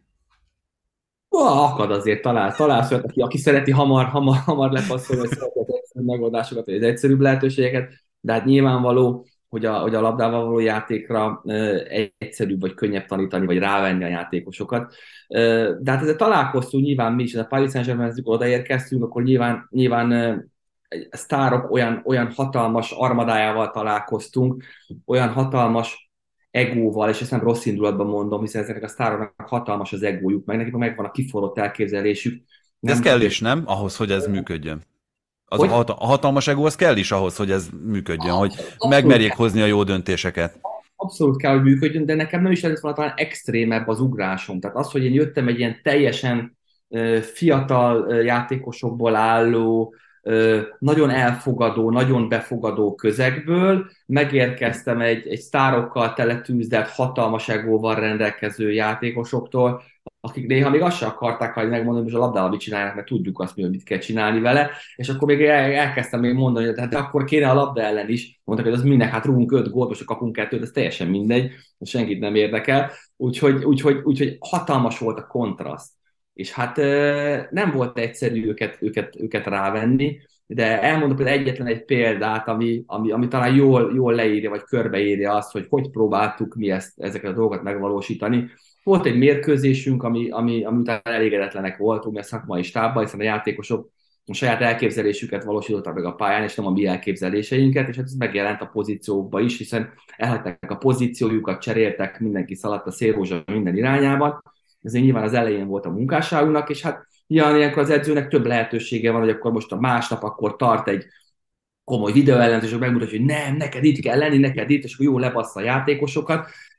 Oh, akad azért, talál, találsz olyat, aki, aki szereti hamar, hamar, hamar lepasszolni, vagy szereti az egyszerű megoldásokat, vagy az egyszerűbb lehetőségeket, de hát nyilvánvaló, hogy a, hogy a labdával való játékra uh, egyszerűbb, vagy könnyebb tanítani, vagy rávenni a játékosokat. Uh, de hát ezzel találkoztunk nyilván mi is, a Paris Saint-Germain, amikor odaérkeztünk, akkor nyilván, nyilván uh, sztárok olyan, olyan hatalmas armadájával találkoztunk, olyan hatalmas egóval, és ezt nem rossz indulatban mondom, hiszen ezeknek a sztároknak hatalmas az egójuk, meg nekik megvan a kiforrott elképzelésük. De ez kell is, nem? Ahhoz, hogy ez működjön. Az a, a hatalmas egó, az kell is ahhoz, hogy ez működjön, hogy megmerjék hozni a jó döntéseket. Abszolút kell, hogy működjön, de nekem nem is lett volna talán extrémebb az ugrásom. Tehát az, hogy én jöttem egy ilyen teljesen uh, fiatal uh, játékosokból álló, nagyon elfogadó, nagyon befogadó közegből, megérkeztem egy, egy sztárokkal teletűzdelt, hatalmas egóval rendelkező játékosoktól, akik néha még azt sem akarták, hogy megmondom, hogy a labdával mit csinálják, mert tudjuk azt, mit kell csinálni vele, és akkor még elkezdtem még mondani, hogy de akkor kéne a labda ellen is, mondtak, hogy az minek, hát rúgunk öt gólt, most kapunk kettőt, ez teljesen mindegy, senkit nem érdekel, úgyhogy, úgyhogy, úgyhogy hatalmas volt a kontraszt. És hát nem volt egyszerű őket, őket, őket rávenni, de elmondok például egyetlen egy példát, ami, ami, ami talán jól, jól leírja, vagy körbeírja azt, hogy hogy próbáltuk mi ezt, ezeket a dolgokat megvalósítani. Volt egy mérkőzésünk, ami, ami, ami után elégedetlenek voltunk, mi a szakmai stábban, hiszen a játékosok a saját elképzelésüket valósították meg a pályán, és nem a mi elképzeléseinket, és hát ez megjelent a pozíciókba is, hiszen elhagyták a pozíciójukat, cseréltek, mindenki szaladt a szélrózsa minden irányában. Ez nyilván az elején volt a munkásságunknak, és hát ilyen, ilyenkor az edzőnek több lehetősége van, hogy akkor most a másnap akkor tart egy komoly videóellenzés, és megmutatja, hogy nem, neked itt kell lenni, neked itt, és akkor jó lebassza a játékosokat.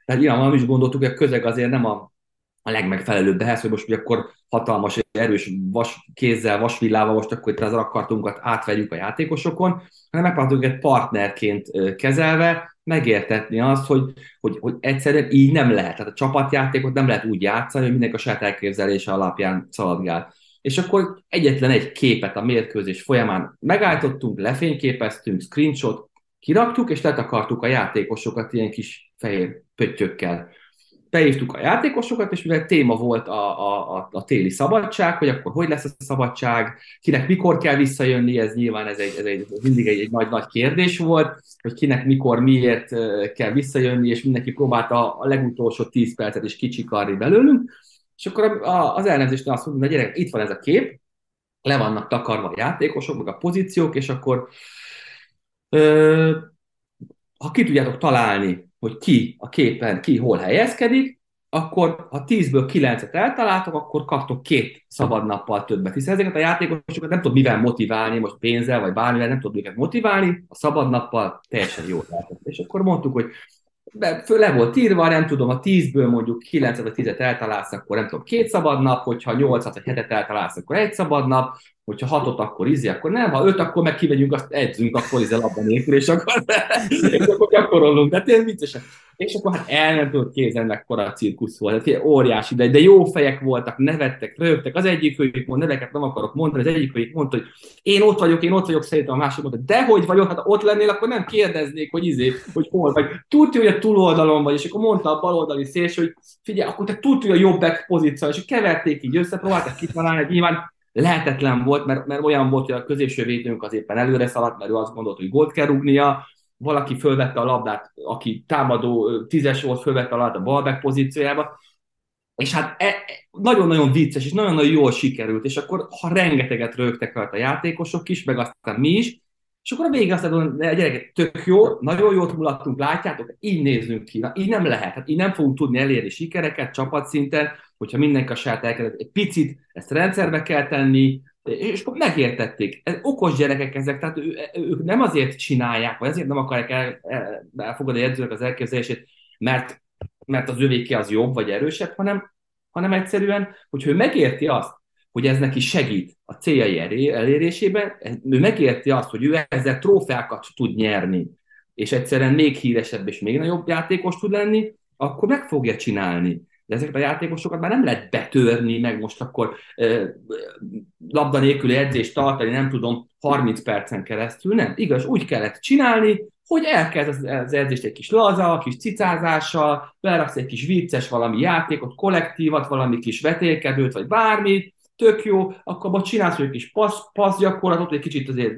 Tehát nyilván is gondoltuk, hogy a közeg azért nem a, a legmegfelelőbb ehhez, hogy most hogy akkor hatalmas, erős vas, kézzel, vasvillával most akkor itt az akartunkat átvegyük a játékosokon, hanem megpróbáltuk egy partnerként kezelve megértetni azt, hogy, hogy, hogy egyszerűen így nem lehet. Tehát a csapatjátékot nem lehet úgy játszani, hogy mindenki a saját elképzelése alapján szaladgál. És akkor egyetlen egy képet a mérkőzés folyamán megállítottunk, lefényképeztünk, screenshot, kiraktuk, és letakartuk a játékosokat ilyen kis fehér pöttyökkel. Beírtuk a játékosokat, és mivel téma volt a, a, a, a téli szabadság, hogy akkor hogy lesz a szabadság, kinek mikor kell visszajönni, ez nyilván ez, egy, ez egy, mindig egy, egy nagy-nagy kérdés volt, hogy kinek mikor, miért kell visszajönni, és mindenki próbálta a legutolsó tíz percet is kicsikarni belőlünk, és akkor az elnevezésnél azt mondom, hogy gyerek, itt van ez a kép, le vannak takarva a játékosok, meg a pozíciók, és akkor ö, ha ki tudjátok találni, hogy ki a képen, ki hol helyezkedik, akkor ha tízből kilencet eltaláltok, akkor kaptok két szabad nappal többet. Hiszen ezeket a játékosokat nem tudom mivel motiválni, most pénzzel vagy bármivel nem tudom őket motiválni, a szabad nappal teljesen jól lehetett. És akkor mondtuk, hogy föl le volt írva, nem tudom, a tízből mondjuk kilencet vagy tízet eltalálsz, akkor nem tudom, két szabad nap, hogyha nyolcat vagy hetet eltalálsz, akkor egy szabad nap, hogyha hatot, akkor izi, akkor nem, ha öt, akkor meg kivegyünk, azt edzünk, akkor izi labda nélkül, és akkor, és akkor gyakorolunk. De tényleg viccesen. És akkor hát el nem tudod kézen, mekkora a cirkusz volt. Tehát óriási, de, de jó fejek voltak, nevettek, rögtek. Az egyik őjük mond, neveket nem akarok mondani, az egyik őjük mondta, hogy én ott vagyok, én ott vagyok, szerintem a másik mondta, de hogy vagyok, hát ha ott lennél, akkor nem kérdeznék, hogy izé, hogy hol vagy. Tudja, hogy a túloldalon vagy, és akkor mondta a baloldali szélső, hogy figyelj, akkor te tudja, hogy a jobb back pozíció, és keverték így össze, próbáltak kitalálni, nyilván lehetetlen volt, mert, mert olyan volt, hogy a középső védőnk az éppen előre szaladt, mert ő azt gondolt, hogy gólt kell rúgnia, valaki fölvette a labdát, aki támadó tízes volt, fölvette a labdát a ballback pozíciójába, és hát e, e, nagyon-nagyon vicces, és nagyon-nagyon jól sikerült, és akkor ha rengeteget rögtek a játékosok is, meg aztán mi is, és akkor a végén azt mondom, hogy gyerekek, tök jó, nagyon jót mulattunk, látjátok, így nézzünk ki, na, így nem lehet, hát így nem fogunk tudni elérni sikereket csapatszinten, hogyha mindenki a saját elkezdett egy picit, ezt rendszerbe kell tenni, és akkor megértették. Ez okos gyerekek ezek, tehát ő, ők nem azért csinálják, vagy azért nem akarják el, el, elfogadni edzőnek az elképzelését, mert, mert az övéké az jobb, vagy erősebb, hanem, hanem egyszerűen, hogyha ő megérti azt, hogy ez neki segít a céljai elérésében, ő megérti azt, hogy ő ezzel trófeákat tud nyerni, és egyszerűen még híresebb és még nagyobb játékos tud lenni, akkor meg fogja csinálni. De ezeket a játékosokat már nem lehet betörni, meg most akkor eh, labda nélküli edzést tartani, nem tudom, harminc percen keresztül, nem. Igaz, úgy kellett csinálni, hogy elkezd az, az edzést egy kis laza, kis cicázással, beraksz egy kis vicces valami játékot, kollektívat, valami kis vetélkedőt, vagy bármit, tök jó, akkor abban csinálsz egy kis passz, passz gyakorlatot, egy kicsit azért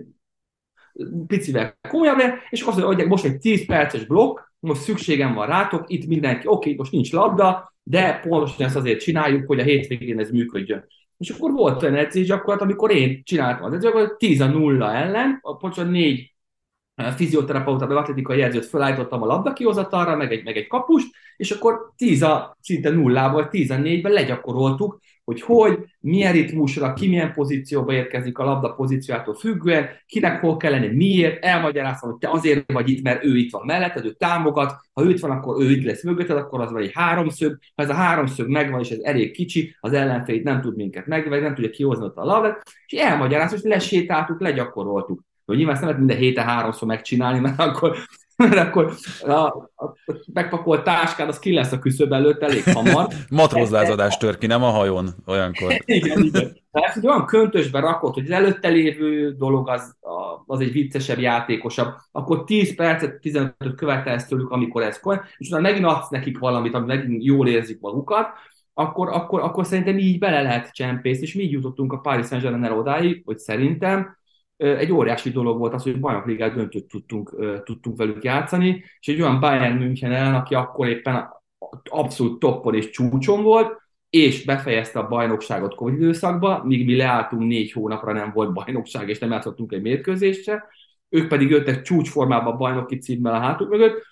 picivel komolyabb, és akkor azt mondja, hogy most egy tíz perces blokk, most szükségem van rátok, itt mindenki, oké, okay, most nincs labda, de pontosan ezt azért csináljuk, hogy a hétvégén ez működjön. És akkor volt olyan edzés gyakorlat, amikor én csináltam az edzés, tíz a nulla ellen, pontosan négy fizioterapeuta, meg atletikai edzőt felállítottam a labdakihozatalra, meg egy, meg egy kapust, és akkor tíz a szinte nullából, tizennégyben legyakoroltuk, hogy hogy, milyen ritmusra, ki milyen pozícióba érkezik a labda pozíciójától függően, kinek hol kell lenni, miért, elmagyaráztam, hogy te azért vagy itt, mert ő itt van melletted, ő támogat, ha ő itt van, akkor ő itt lesz mögötted, akkor az vagy egy háromszög, ha ez a háromszög megvan, és ez elég kicsi, az ellenfél nem tud minket megvenni, nem tudja kihozni ott a labdát, és elmagyaráztam, hogy lesétáltuk, legyakoroltuk. Hogy nyilván ezt nem lehet minden héten háromszor megcsinálni, mert akkor, mert akkor a, a megpakolt táskád, az ki lesz a küszöb előtt elég hamar. Matrózlázadás tör ki, nem a hajón olyankor. Igen, igen. Tehát, hogy olyan köntösbe rakott, hogy az előtte lévő dolog az, az egy viccesebb, játékosabb, akkor tíz percet, tizenötöt követelsz tőlük, amikor ez koly, és utána megint adsz nekik valamit, ami megint jól érzik magukat, akkor, akkor, akkor szerintem így bele lehet csempészni, és mi így jutottunk a Paris Saint-Germain odáig, hogy szerintem egy óriási dolog volt az, hogy bajnokligát döntőt tudtunk, tudtunk velük játszani, és egy olyan Bayern München ellen, aki akkor éppen abszolút toppon és csúcson volt, és befejezte a bajnokságot Covid időszakba, míg mi leálltunk négy hónapra, nem volt bajnokság, és nem játszottunk egy mérkőzést se. Ők pedig jöttek csúcsformában bajnoki címmel a hátuk mögött.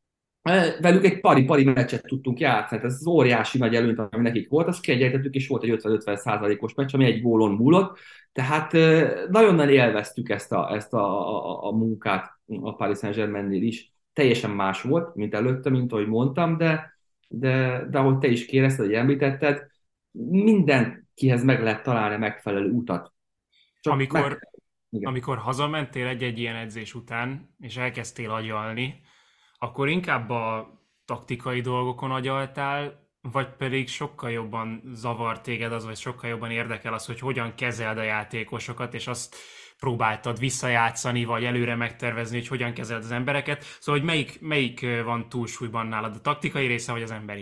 Velük egy pari-pari meccset tudtunk játszani. Ez az óriási nagy előnyt, ami nekik volt, azt kiegyenlítettük, és volt egy ötven-ötven százalékos meccs, ami egy gólon múlott. Tehát nagyon-nagyon élveztük ezt a, ezt a, a, a munkát a Paris Saint-Germainnél is. teljesen más volt, mint előtte, mint ahogy mondtam, de, de, de ahogy te is kérdezted, hogy említetted, mindenkihez meg lehet találni a megfelelő utat. Csak Amikor, meg... amikor hazamentél egy-egy ilyen edzés után, és elkezdtél agyalni, akkor inkább a taktikai dolgokon agyaltál, vagy pedig sokkal jobban zavar téged az, vagy sokkal jobban érdekel az, hogy hogyan kezeld a játékosokat, és azt próbáltad visszajátszani, vagy előre megtervezni, hogy hogyan kezeld az embereket. Szóval, hogy melyik, melyik van túlsúlyban nálad, a taktikai része, vagy az emberi?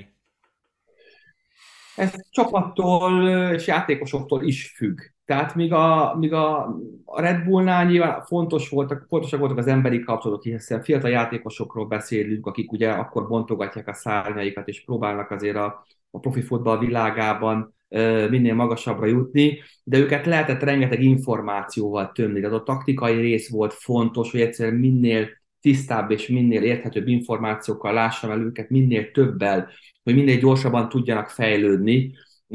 Ez csapattól és játékosoktól is függ. Tehát míg a, míg a, a Red Bullnál nyilván fontos voltak, fontosak voltak az emberi kapcsolatok, hiszen fiatal játékosokról beszélünk, akik ugye akkor bontogatják a szárnyaikat, és próbálnak azért a, a profi futball világában uh, minél magasabbra jutni, de őket lehetett rengeteg információval tömni. Tehát a taktikai rész volt fontos, hogy egyszerűen minél tisztább és minél érthetőbb információkkal lássam el őket, minél többel, hogy minél gyorsabban tudjanak fejlődni.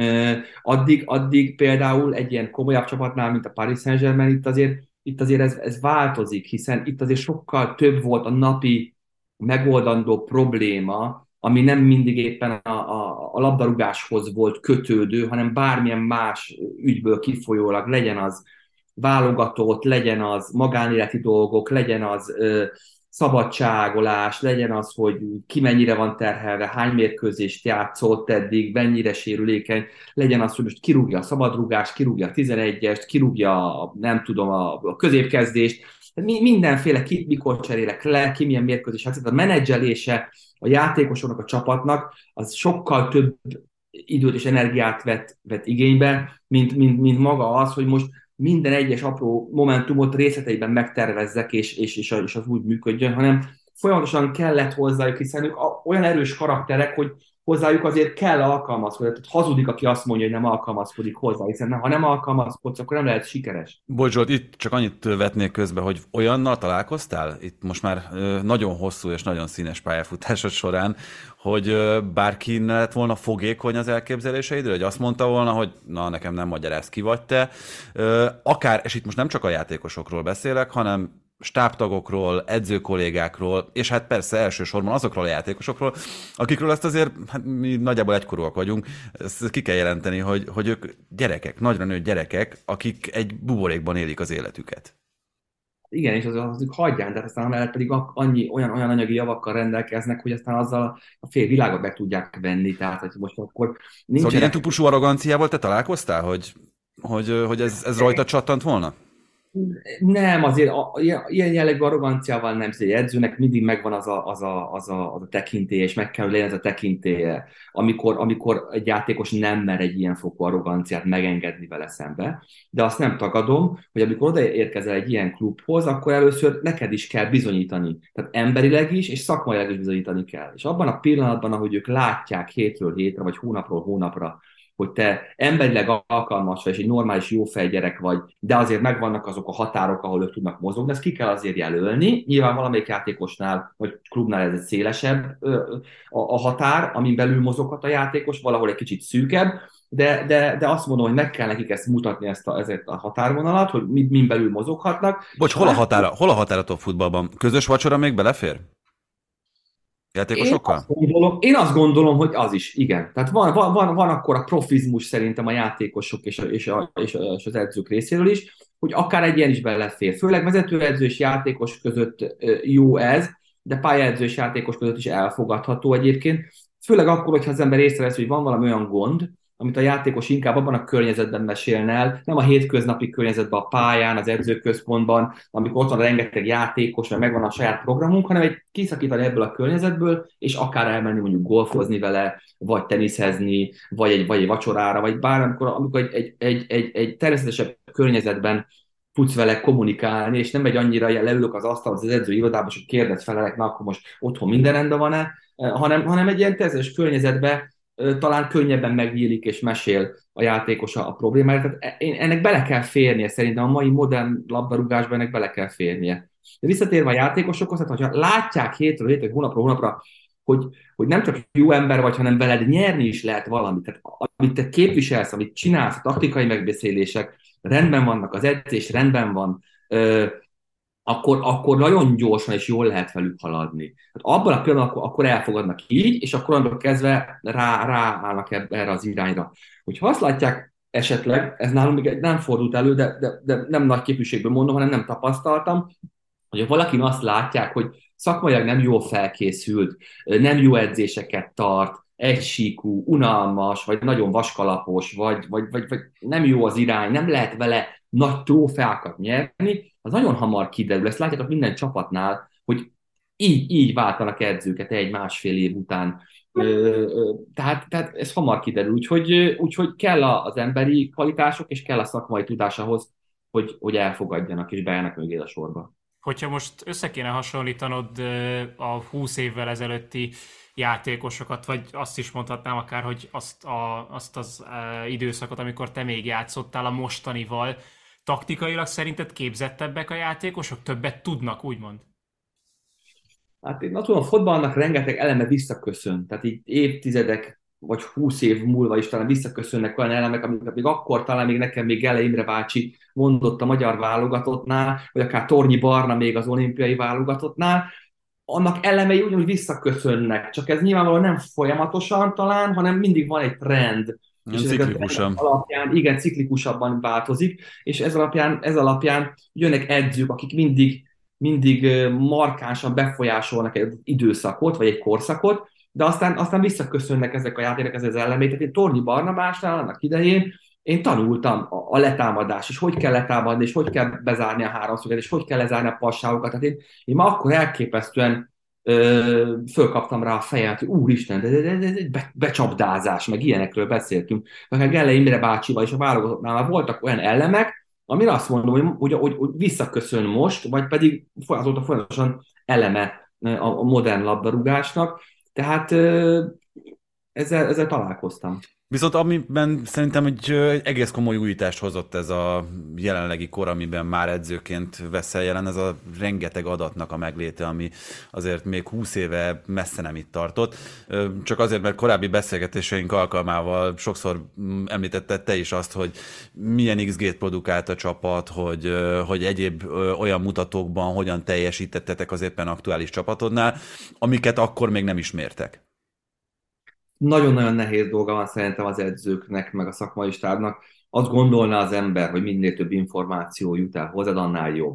Addig, addig például egy ilyen komolyabb csapatnál, mint a Paris Saint-Germain, itt azért, itt azért ez, ez változik, hiszen itt azért sokkal több volt a napi megoldandó probléma, ami nem mindig éppen a, a, a labdarúgáshoz volt kötődő, hanem bármilyen más ügyből kifolyólag, legyen az válogatott, legyen az magánéleti dolgok, legyen az ö, szabadságolás, legyen az, hogy ki mennyire van terhelve, hány mérkőzést játszott eddig, mennyire sérülékeny, legyen az, hogy most kirúgja a szabadrúgást, kirúgja a tizenegyest, kirúgja a, nem tudom, a, a középkezdést, mindenféle ki, mikor cserélek le, ki milyen mérkőzés játszott. A menedzselése a játékosoknak, a csapatnak, az sokkal több időt és energiát vett, vett igénybe, mint, mint, mint maga az, hogy most minden egyes apró momentumot részleteiben megtervezzek, és, és, és, és az úgy működjön, hanem folyamatosan kellett hozzájuk, hiszen ők olyan erős karakterek, hogy hozzájuk azért kell alkalmazkodni. Tehát hazudik, aki azt mondja, hogy nem alkalmazkodik hozzá, hiszen ha nem alkalmazkodsz, akkor nem lehet sikeres. Bocs Zsolt, itt csak annyit vetnék közbe, hogy olyannal találkoztál, itt most már nagyon hosszú és nagyon színes pályafutásod során, hogy bárki ne lett volna fogékony az elképzeléseidre, hogy azt mondta volna, hogy na, nekem nem magyaráz, ki vagy te. Akár, és itt most nem csak a játékosokról beszélek, hanem stábtagokról, edzőkollégákról, és hát persze elsősorban azokról a játékosokról, akikről ezt azért, hát mi nagyjából egykorúak vagyunk, ezt ki kell jelenteni, hogy, hogy ők gyerekek, nagyra nőtt gyerekek, akik egy buborékban élik az életüket. Igen, és az, az hagyján, de aztán amellett pedig annyi, olyan, olyan anyagi javakkal rendelkeznek, hogy aztán azzal a fél világot meg tudják venni, tehát hogy most akkor nincsenek... Szóval ilyen típusú arroganciával te találkoztál, hogy, hogy, hogy ez, ez rajta csattant volna? Nem, azért a, ilyen jellegű arroganciával nem, egy edzőnek mindig megvan az a, az, a, az, a, az a tekintélye, és meg kell, hogy legyen ez a tekintélye, amikor, amikor egy játékos nem mer egy ilyen fokú arroganciát megengedni vele szembe. De azt nem tagadom, hogy amikor odaérkezel egy ilyen klubhoz, akkor először neked is kell bizonyítani. Tehát emberileg is, és szakmailag is bizonyítani kell. És abban a pillanatban, ahogy ők látják hétről hétre, vagy hónapról hónapra, hogy te emberileg alkalmas vagy, és egy normális jófej gyerek vagy, de azért megvannak azok a határok, ahol ők tudnak mozogni, ezt ki kell azért jelölni. Nyilván valamelyik játékosnál, vagy klubnál ez egy szélesebb a határ, amin belül mozoghat a játékos, valahol egy kicsit szűkebb, de, de, de azt mondom, hogy meg kell nekik ezt mutatni, ezt a, ezt a határvonalat, hogy min belül mozoghatnak. Bocs, hol a határa, hol a határ a top futballban? Közös vacsora még belefér? Játékosokkal? Én azt, gondolom, én azt gondolom, hogy az is, igen. Tehát van, van, van, van akkor a profizmus szerintem a játékosok és, a, és, a, és, a, és az edzők részéről is, hogy akár egy ilyen is belefér. Főleg vezetőedző és játékos között jó ez, de pályaedző és játékos között is elfogadható egyébként. Főleg akkor, hogyha az ember észrevesz, hogy van valami olyan gond, amit a játékos inkább abban a környezetben mesélne el, nem a hétköznapi környezetben, a pályán, az edzőközpontban, amikor ott van rengeteg játékos, mert megvan a saját programunk, hanem egy kiszakítani ebből a környezetből, és akár elmenni mondjuk golfozni vele, vagy teniszezni, vagy egy, vagy egy vacsorára, vagy bármikor, amikor egy, egy, egy, egy, egy természetesebb környezetben tudsz vele kommunikálni, és nem egy annyira leülök az asztalhoz az edző irodában, és kérdez felelek, na akkor most otthon minden rendben van-e, hanem, hanem egy ilyen természetes környezetben talán könnyebben megnyílik és mesél a játékos a problémáért. Tehát ennek bele kell férnie, szerintem a mai modern labdarúgásban ennek bele kell férnie. De visszatérve a játékosokhoz, tehát hogyha látják hétről hétre, hónapról hónapra, hogy, hogy nem csak jó ember vagy, hanem veled nyerni is lehet valamit. Tehát amit te képviselsz, amit csinálsz, a taktikai megbeszélések rendben vannak, az edzés rendben van, akkor, akkor nagyon gyorsan és jól lehet velük haladni. Hát abban a pillanatban akkor, akkor elfogadnak így, és akkor onnantól kezdve rá, ráállnak erre az irányra. Hogyha azt látják esetleg, ez nálunk még nem fordult elő, de, de, de nem nagy képviségből mondom, hanem nem tapasztaltam, hogy valakin azt látják, hogy szakmailag nem jól felkészült, nem jó edzéseket tart, egysíkú, unalmas, vagy nagyon vaskalapos, vagy, vagy, vagy, vagy nem jó az irány, nem lehet vele nagy trófeákat nyerni, az nagyon hamar kiderül. Ezt látjátok minden csapatnál, hogy így, így váltanak edzőket egy-másfél év után. Tehát, tehát ez hamar kiderül. Úgyhogy, úgyhogy kell az emberi kvalitások, és kell a szakmai tudás ahhoz, hogy, hogy elfogadjanak, és beállnak mögé a sorba. Hogyha most össze kéne hasonlítanod a húsz évvel ezelőtti játékosokat, vagy azt is mondhatnám akár, hogy azt, a, azt az időszakot, amikor te még játszottál a mostanival, taktikailag szerinted képzettebbek a játékosok? Többet tudnak, úgymond? Hát én azt tudom, a fotballnak rengeteg eleme visszaköszön. Tehát így évtizedek, vagy húsz év múlva is talán visszaköszönnek olyan elemek, amiket még akkor talán még nekem még Gelle Imre bácsi mondott a magyar válogatottnál, vagy akár Tornyi Barna még az olimpiai válogatottnál, annak elemei ugyanúgy visszaköszönnek, csak ez nyilvánvalóan nem folyamatosan talán, hanem mindig van egy trend. És ciklikusan. Alapján, igen, ciklikusabban változik, és ez alapján, ez alapján jönnek edzők, akik mindig, mindig markánsan befolyásolnak egy időszakot, vagy egy korszakot, de aztán, aztán visszaköszönnek ezek a játékok, ez az elemét. Tehát én Tornyi Barnabásnál annak idején én tanultam a, a letámadás, és hogy kell letámadni, és hogy kell bezárni a háromszöget, és hogy kell lezárni a passávokat. Tehát én, én már akkor elképesztően ö, fölkaptam rá a fejet, hogy úristen, de, de, de, de, de be, becsapdázás, meg ilyenekről beszéltünk. Akár Gelle Imre bácsival és a válogatottnál már voltak olyan elemek, amire azt mondom, hogy, hogy, hogy, hogy visszaköszön most, vagy pedig azóta folyamatosan eleme a, a modern labdarúgásnak. Tehát ö, ezzel, ezzel találkoztam. Viszont amiben szerintem egy egész komoly újítást hozott ez a jelenlegi kor, amiben már edzőként veszel jelen, ez a rengeteg adatnak a megléte, ami azért még húsz éve messze nem itt tartott. Csak azért, mert korábbi beszélgetéseink alkalmával sokszor említetted te is azt, hogy milyen iksz gét produkált a csapat, hogy, hogy egyéb olyan mutatókban hogyan teljesítettetek az éppen aktuális csapatodnál, amiket akkor még nem ismertek. Nagyon-nagyon nehéz dolga van szerintem az edzőknek, meg a szakmai stábnak. Azt gondolná az ember, hogy minél több információ jut el hozzád, annál jobb.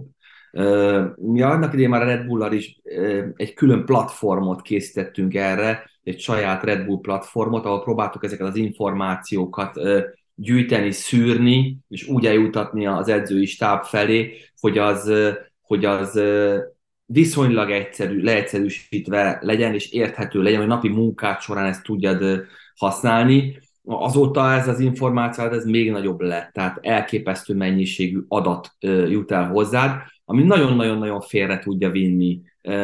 Mi annak idején már a Red Bull-al is egy külön platformot készítettünk erre, egy saját Red Bull platformot, ahol próbáltuk ezeket az információkat gyűjteni, szűrni, és úgy eljutatni az edzői stáb felé, hogy az, hogy az viszonylag egyszerű, leegyszerűsítve legyen, és érthető legyen, hogy napi munkát során ezt tudjad használni. Azóta ez az információ, ez még nagyobb lett, tehát elképesztő mennyiségű adat jut el hozzád, ami nagyon-nagyon-nagyon félre tudja vinni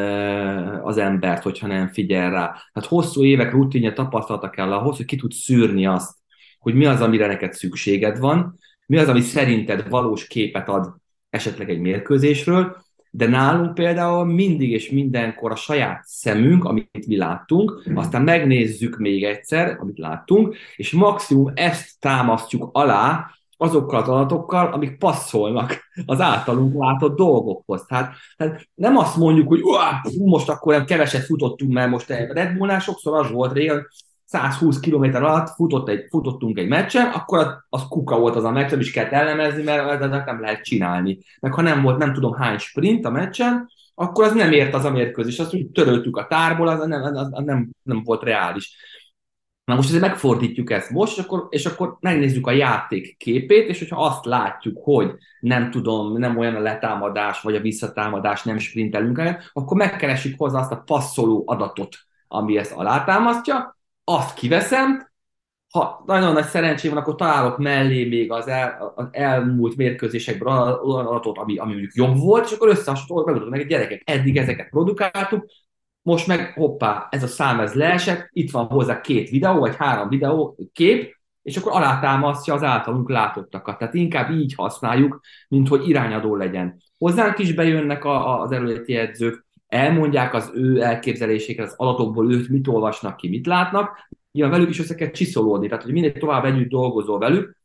az embert, hogyha nem figyel rá. Tehát hosszú évek rutinja, tapasztalata kell ahhoz, hogy ki tudsz szűrni azt, hogy mi az, amire neked szükséged van, mi az, ami szerinted valós képet ad esetleg egy mérkőzésről, de nálunk például mindig és mindenkor a saját szemünk, amit mi láttunk, aztán megnézzük még egyszer, amit láttunk, és maximum ezt támasztjuk alá azokkal az adatokkal, amik passzolnak az általunk látott dolgokhoz. Tehát, tehát nem azt mondjuk, hogy most akkor nem keveset futottunk, mert most Red Bullnál sokszor az volt régen, száz húsz kilométer alatt futott egy, futottunk egy meccsen, akkor az kuka volt az a meccs, nem is kellett elemezni, mert nem lehet csinálni. Meg ha nem volt nem tudom hány sprint a meccsen, akkor az nem ért az a mérkőzés. Azt úgy töröltük a tárból, az nem, az, az nem, nem volt reális. Na most azért megfordítjuk ezt most, és akkor, és akkor megnézzük a játék képét, és hogyha azt látjuk, hogy nem tudom, nem olyan a letámadás, vagy a visszatámadás, nem sprintelünk el, akkor megkeressük hozzá azt a passzoló adatot, ami ezt alátámasztja, azt kiveszem, ha nagyon nagy szerencsém van, akkor találok mellé még az, el, az elmúlt mérkőzésekben olyan adatot, ami, ami mondjuk jobb volt, és akkor összehasonlítottuk, megmutatom meg, gyerekek, eddig ezeket produkáltuk, most meg hoppá, ez a szám ez leesett, itt van hozzá két videó, vagy három videó, kép, és akkor alátámasztja az általunk látottakat. Tehát inkább így használjuk, mint hogy irányadó legyen. Hozzánk is bejönnek a, a, az előtti edzők, elmondják az ő elképzeléséket, az adatokból őt mit olvasnak ki, mit látnak, nyilván velük is össze kell csiszolódni, tehát hogy minél tovább együtt dolgozol velük,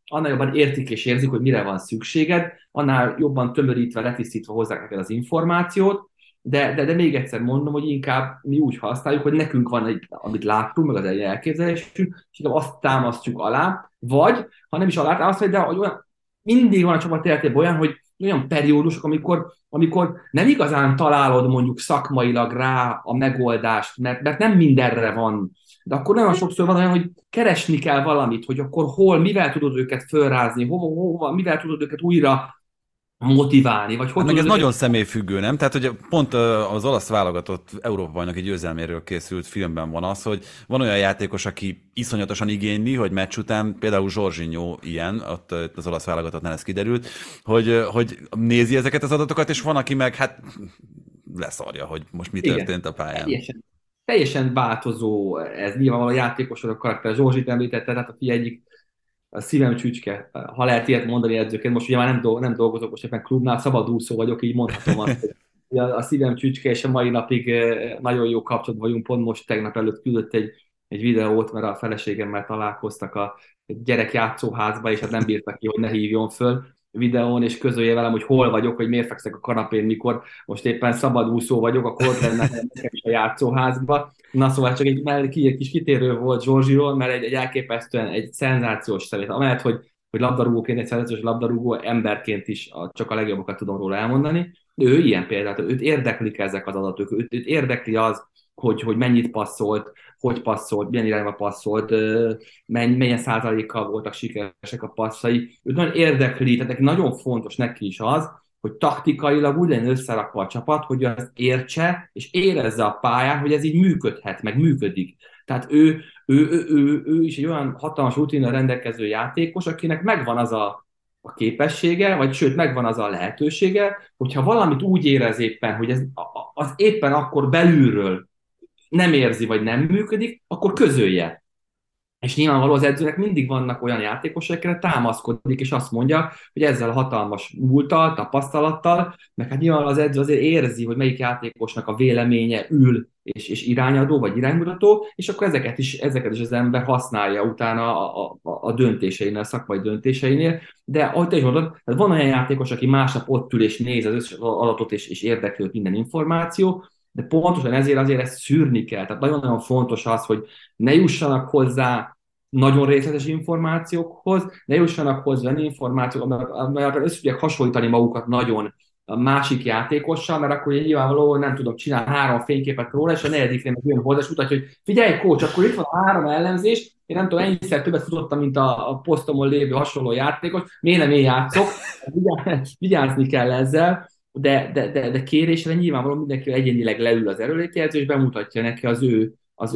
annál jobban értik és érzik, hogy mire van szükséged, annál jobban tömörítve, letisztítva hozzák neked az információt, de, de, de még egyszer mondom, hogy inkább mi úgy használjuk, hogy nekünk van egy, amit láttunk, meg az egy elképzelésünk, és azt támasztjuk alá, vagy, ha nem is alá támasztjuk, de hogy olyan, mindig van a csapat életében olyan, hogy olyan periódusok, amikor, amikor nem igazán találod mondjuk szakmailag rá a megoldást, mert, mert nem mindenre van. De akkor nagyon sokszor van olyan, hogy keresni kell valamit, hogy akkor hol, mivel tudod őket fölrázni, hova, hova, mivel tudod őket újra motiválni, vagy hogy hát meg ez őket... nagyon személyfüggő, nem? Tehát, hogy pont az olasz válogatott Európa-bajnoki győzelméről készült filmben van az, hogy van olyan játékos, aki iszonyatosan igényli, hogy meccs után, például Jorginho ilyen, ott az olasz válogatottnál ez kiderült, hogy, hogy nézi ezeket az adatokat, és van, aki meg hát leszarja, hogy most mi történt Igen. a pályán. Teljesen, teljesen változó ez, nyilvánvalóan a játékosok a karakter. Zsorzsit említette, tehát a fi egyik a szívem csücske, ha lehet ilyet mondani edzőként, most ugye már nem, dolg, nem dolgozok most ebben klubnál, szabadúszó vagyok, így mondhatom azt, hogy a, a szívem csücske, és a mai napig nagyon jó kapcsolatban vagyunk, pont most tegnap előtt küldött egy, egy videót, mert a feleségemmel találkoztak a gyerek játszóházba, és hát nem bírtak ki, hogy ne hívjon föl videón, és közölje velem, hogy hol vagyok, hogy miért fekszek a kanapén, mikor most éppen szabadúszó vagyok, akkor ott lenne nekem is a játszóházba. Na szóval csak egy, egy kis kitérő volt Zsorzsiról, mert egy, egy elképesztően egy szenzációs személy. Amellett, hogy, hogy labdarúgóként, egy szenzációs labdarúgó, emberként is a, csak a legjobbakat tudom róla elmondani. Ő ilyen például, őt érdeklik ezek az adatok, őt, őt érdekli az, hogy, hogy mennyit passzolt, hogy passzolt, milyen irányba passzolt, menny, milyen százalékkal voltak sikeresek a passzai. Őt nagyon érdekli, tehát neki nagyon fontos neki is az, hogy taktikailag úgy legyen összerakva a csapat, hogy azt értse, és érezze a pályán, hogy ez így működhet, meg működik. Tehát ő, ő, ő, ő, ő is egy olyan hatalmas rutinnal rendelkező játékos, akinek megvan az a, a képessége, vagy sőt, megvan az a lehetősége, hogyha valamit úgy érez éppen, hogy ez az éppen akkor belülről nem érzi, vagy nem működik, akkor közölje. És nyilvánvaló az edzőnek mindig vannak olyan játékosok, akikre támaszkodik, és azt mondja, hogy ezzel a hatalmas múlttal, tapasztalattal, meg hát nyilván az edző azért érzi, hogy melyik játékosnak a véleménye ül, és, és irányadó, vagy iránymutató, és akkor ezeket is, ezeket is az ember használja utána a, a, a döntéseinél, a szakmai döntéseinél. De ahogy te is mondod, van olyan játékos, aki másnap ott ül és néz az összes adatot, és, és érdekli őt minden információ, de pontosan ezért azért ezt szűrni kell. Tehát nagyon-nagyon fontos az, hogy ne jussanak hozzá nagyon részletes információkhoz, ne jussanak hozzá olyan információk, amelyek össze tudják hasonlítani magukat nagyon a másik játékossal, mert akkor nyilvánvalóan nem tudom csinálni három fényképet róla, és a negyediknél meg jön hozzá, és mutatja, hogy figyelj, coach, akkor itt van a három ellenzés, én nem tudom, ennyiszer többet futottam, mint a, a posztomon lévő hasonló játékos, miért nem én játszok, vigyázni kell ezzel, de, de, de, de kérésre nyilvánvalóan mindenki egyénileg leül az erőlétjelző, és bemutatja neki az ő, az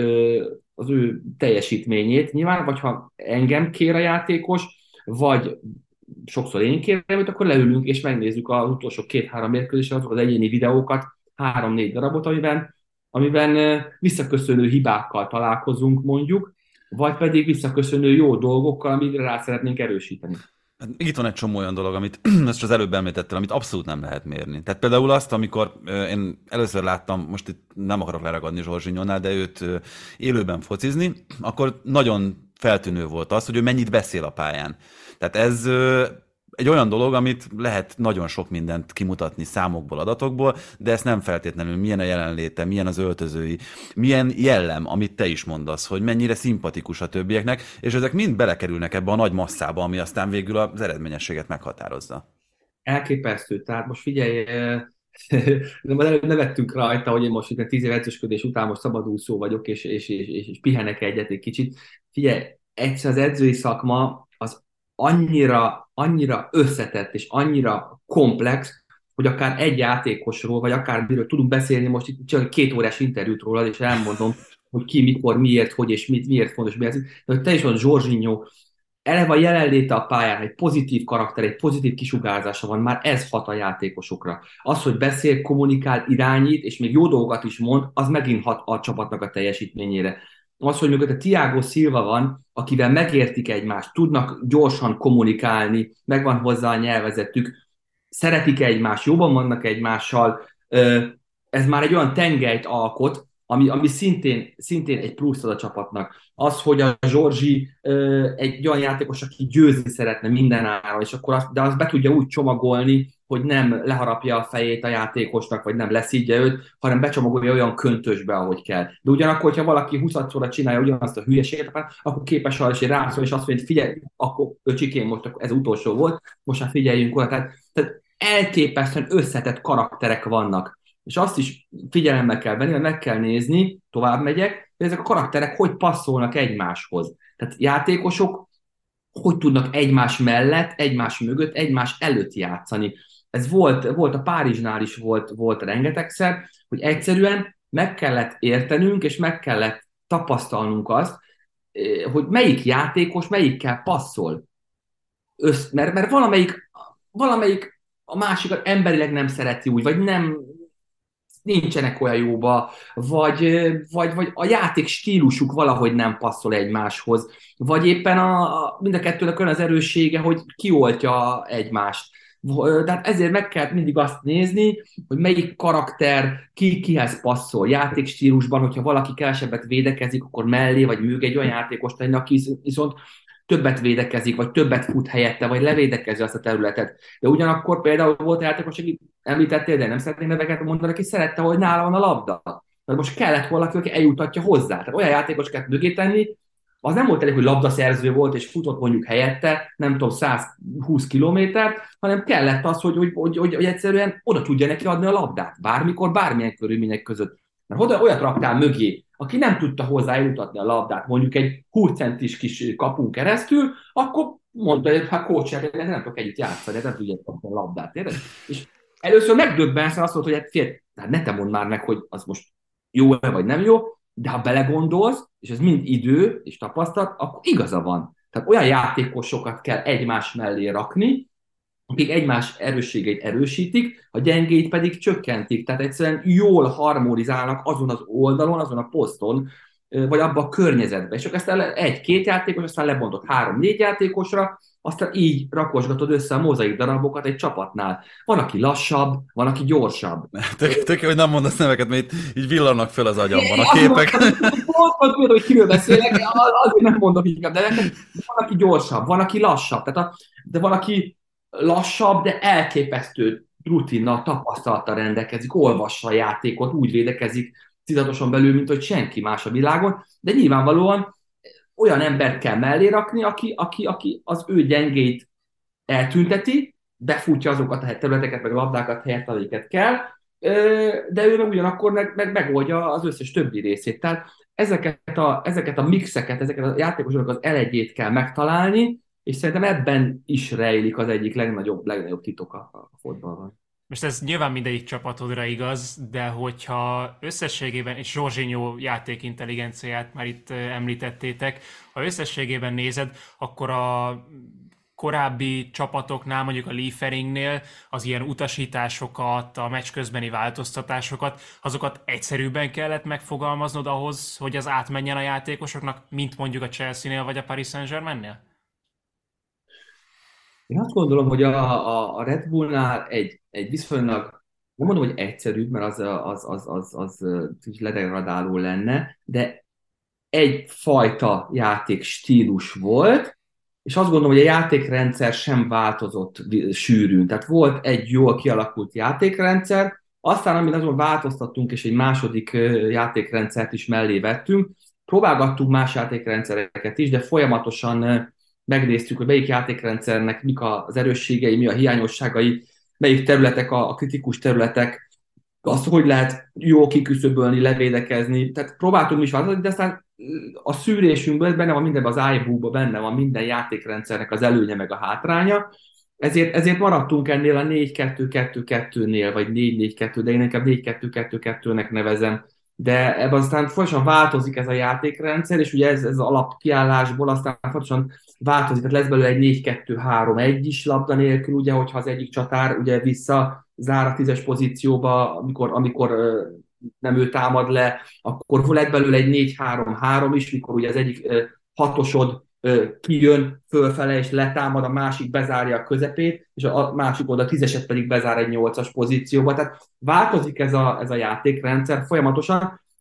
ő, az ő teljesítményét nyilván, vagy ha engem kér a játékos, vagy sokszor én kérem, hogy akkor leülünk, és megnézzük az utolsó két-három mérkőzésre azok az egyéni videókat, három-négy darabot, amiben, amiben visszaköszönő hibákkal találkozunk mondjuk, vagy pedig visszaköszönő jó dolgokkal, amikre rá szeretnénk erősíteni. Itt van egy csomó olyan dolog, amit ezt az előbb említettem, amit abszolút nem lehet mérni. Tehát például azt, amikor én először láttam, most itt nem akarok leragadni Zsorzsinyónál, de őt élőben focizni, akkor nagyon feltűnő volt az, hogy ő mennyit beszél a pályán. Tehát ez egy olyan dolog, amit lehet nagyon sok mindent kimutatni számokból, adatokból, de ezt nem feltétlenül milyen a jelenléte, milyen az öltözői, milyen jellem, amit te is mondasz, hogy mennyire szimpatikus a többieknek, és ezek mind belekerülnek ebbe a nagy masszába, ami aztán végül az eredményességet meghatározza. Elképesztő. Tehát most figyelj, nevettünk rajta, hogy én most itt tíz év edzősködés után most szabadúszó vagyok, és, és, és, és, és pihenek egyet egy kicsit. Figyelj, egyszer az edzői szakma az annyira, annyira összetett és annyira komplex, hogy akár egy játékosról, vagy akár miről tudunk beszélni, most itt csak két órás interjút róla, és elmondom, hogy ki, mikor, miért, hogy és mit, miért fontos, miért. De hogy te is van, Zsorzsinyó, eleve a jelenléte a pályán, egy pozitív karakter, egy pozitív kisugárzása van, már ez hat a játékosokra. Az, hogy beszél, kommunikál, irányít, és még jó dolgokat is mond, az megint hat a csapatnak a teljesítményére. Az, hogy mögött a Thiago Silva van, akivel megértik egymást, tudnak gyorsan kommunikálni, megvan hozzá a nyelvezetük, szeretik egymást, jobban vannak egymással, ez már egy olyan tengelyt alkot, ami, ami szintén, szintén egy plusz az a csapatnak. Az, hogy a Zsorzsi ö, egy olyan játékos, aki győzni szeretne minden áron, és akkor azt, de azt be tudja úgy csomagolni, hogy nem leharapja a fejét a játékosnak, vagy nem leszídja őt, hanem becsomagolja olyan köntösbe, ahogy kell. De ugyanakkor, hogyha valaki huszadszorra csinálja ugyanazt a hülyeséget, akkor képes arra, és rászól, és azt mondja, hogy figyelj, akkor öcsikém, most ez utolsó volt, most már figyeljünk oda. Tehát, tehát elképesztően összetett karakterek vannak. És azt is figyelemmel kell venni, hogy meg kell nézni, tovább megyek, hogy ezek a karakterek hogy passzolnak egymáshoz. Tehát játékosok hogy tudnak egymás mellett, egymás mögött, egymás előtt játszani. Ez volt, volt a Párizsnál is volt, volt rengetegszer, hogy egyszerűen meg kellett értenünk, és meg kellett tapasztalnunk azt, hogy melyik játékos melyikkel passzol. Össz, mert, mert valamelyik, valamelyik a másikat emberileg nem szereti úgy, vagy nem nincsenek olyan jóba, vagy, vagy, vagy a játék stílusuk valahogy nem passzol egymáshoz, vagy éppen a, a, mind a kettőnek olyan az erőssége, hogy kioltja egymást. Tehát ezért meg kell mindig azt nézni, hogy melyik karakter ki kihez passzol játékstílusban, hogyha valaki kevesebbet védekezik, akkor mellé vagy mögé egy olyan játékos tenni, aki viszont többet védekezik, vagy többet fut helyette, vagy levédekezi azt a területet. De ugyanakkor például volt játékos, aki említettél, de nem szeretném neveket mondani, aki szerette, hogy nála van a labda. Tehát most kellett valaki, aki eljutatja hozzá. Tehát olyan játékos kellett mögé tenni, az nem volt elég, hogy labdaszerző volt, és futott mondjuk helyette, nem tudom, száz húsz kilométert, hanem kellett az, hogy, hogy, hogy, hogy, hogy egyszerűen oda tudja neki adni a labdát. Bármikor, bármilyen körülmények között. Mert oda olyat raktál mögé, aki nem tudta hozzá eljutatni a labdát, mondjuk egy húsz centis kis kapun keresztül, akkor mondta, hogy hát coach, nem tudok együtt játszani, nem tudja kapni a labdát. Érde? És először megdöbbensz, azt mondta, hogy hát fél, hát ne te mondd már meg, hogy az most jó-e vagy nem jó, de ha belegondolsz, és ez mind idő és tapasztalat, akkor igaza van. Tehát olyan játékosokat kell egymás mellé rakni, akik egymás erősségeit erősítik, a gyengéit pedig csökkentik. Tehát egyszerűen jól harmonizálnak azon az oldalon, azon a poszton, vagy abban a környezetben. És akkor aztán egy-két játékos, aztán lebontott három-négy játékosra, aztán így rakosgatod össze a mozaik darabokat egy csapatnál. Van, aki lassabb, van, aki gyorsabb. Tök, tök hogy nem mondasz neveket, mert így villannak fel az agyamban a képek. Pont tudod, hogy kiről beszélek, azért nem mondok inkább, de van, aki gyorsabb, van, aki lassabb, tehát a, de van, aki lassabb, de elképesztő rutinnal, tapasztalattal rendelkezik, olvassa a játékot, úgy védekezik tizatosan belül, mint hogy senki más a világon, de nyilvánvalóan olyan embert kell mellé rakni, aki, aki, aki az ő gyengét eltünteti, befutja azokat a területeket, meg a labdákat helyett, amiket kell, de ő meg ugyanakkor meg, meg megoldja az összes többi részét. Tehát ezeket a, ezeket a mixeket, ezeket a játékosoknak az elegyét kell megtalálni, és szerintem ebben is rejlik az egyik legnagyobb, legnagyobb titok a, a fotballban. Most ez nyilván mindegyik csapatodra igaz, de hogyha összességében, és Jorginho játékintelligenciáját már itt említettétek, ha összességében nézed, akkor a korábbi csapatoknál, mondjuk a Lieferingnél az ilyen utasításokat, a meccs közbeni változtatásokat, azokat egyszerűbben kellett megfogalmaznod ahhoz, hogy az átmenjen a játékosoknak, mint mondjuk a Chelsea-nél vagy a Paris Saint-Germainnél? Én azt gondolom, hogy a, a, a Red Bullnál egy, egy viszonylag, nem mondom, hogy egyszerűbb, mert az, az, az, az, az, az ledegradáló lenne, de egyfajta játékstílus volt, és azt gondolom, hogy a játékrendszer sem változott sűrűn. Tehát volt egy jól kialakult játékrendszer, aztán, amin azon változtattunk, és egy második játékrendszert is mellé vettünk, próbálgattunk más játékrendszereket is, de folyamatosan megnéztük, hogy melyik játékrendszernek mik az erősségei, mi a hiányosságai, melyik területek a kritikus területek, azt hogy lehet jól kiküszöbölni, levédekezni. Tehát próbáltunk is változni, de aztán a szűrésünkben benne van mindenben az iBook-ban, benne van minden játékrendszernek az előnye meg a hátránya, ezért, ezért maradtunk ennél a négy kettő kettő kettő-nél, vagy négy négy kettő, de én inkább négy kettő kettő kettő-nek nevezem. De ebben aztán folyamatosan változik ez a játékrendszer, és ugye ez, ez az alapkiállásból aztán folyamatosan változik, tehát lesz belőle egy négy kettő három egy is labda nélkül, ugye, hogyha az egyik csatár ugye vissza zár a tízes pozícióba, amikor, amikor nem ő támad le, akkor lett belőle egy négy három három is, mikor ugye az egyik hatosod kijön fölfele, és letámad, a másik bezárja a közepét, és a másik oda a tízeset pedig bezár egy nyolcas pozícióba. Tehát változik ez a, ez a játékrendszer folyamatosan,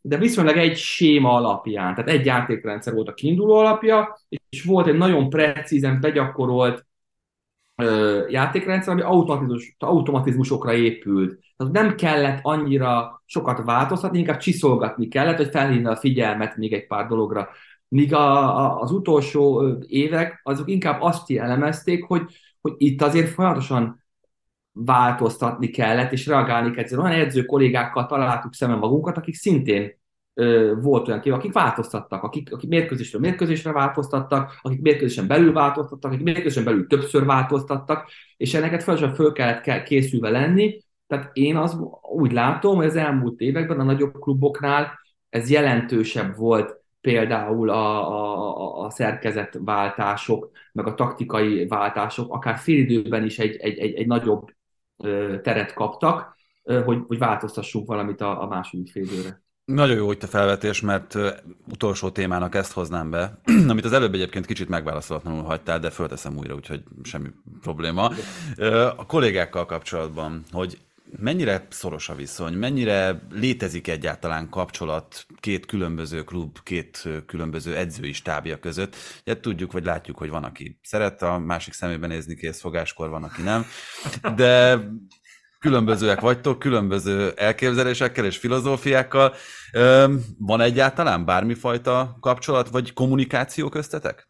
de viszonylag egy séma alapján, tehát egy játékrendszer volt a kiinduló alapja, és volt egy nagyon precízen begyakorolt ö, játékrendszer, ami automatizmus, automatizmusokra épült. Tehát nem kellett annyira sokat változtatni, inkább csiszolgatni kellett, hogy felhívni a figyelmet még egy pár dologra. Míg a, a, az utolsó évek, azok inkább azt jellemezték, hogy, hogy itt azért folyamatosan változtatni kellett, és reagálni kellett. Olyan edző kollégákkal találtuk szemben magunkat, akik szintén ö, volt olyan kívül, akik változtattak, akik, akik mérkőzésről mérkőzésre változtattak, akik mérkőzésen belül változtattak, akik mérkőzésen belül többször változtattak, és enneket folyamatosan föl kellett készülve lenni. Tehát én az úgy látom, hogy az elmúlt években a nagyobb kluboknál ez jelentősebb volt, például a, a, a szerkezetváltások, meg a taktikai váltások, akár félidőben is egy, egy, egy, egy nagyobb ö, teret kaptak, ö, hogy, hogy változtassunk valamit a, a második félidőre. Nagyon jó itt a felvetés, mert utolsó témának ezt hoznám be, amit az előbb egyébként kicsit megválaszolatlanul hagytál, de fölteszem újra, úgyhogy semmi probléma. A kollégákkal kapcsolatban, hogy mennyire szoros a viszony, mennyire létezik egyáltalán kapcsolat két különböző klub, két különböző edzői stábja között. Ugye tudjuk, vagy látjuk, hogy van, aki szeret a másik szemébe nézni készfogáskor, van, aki nem, de különbözőek vagytok, különböző elképzelésekkel és filozófiákkal. Van egyáltalán bármifajta kapcsolat vagy kommunikáció köztetek?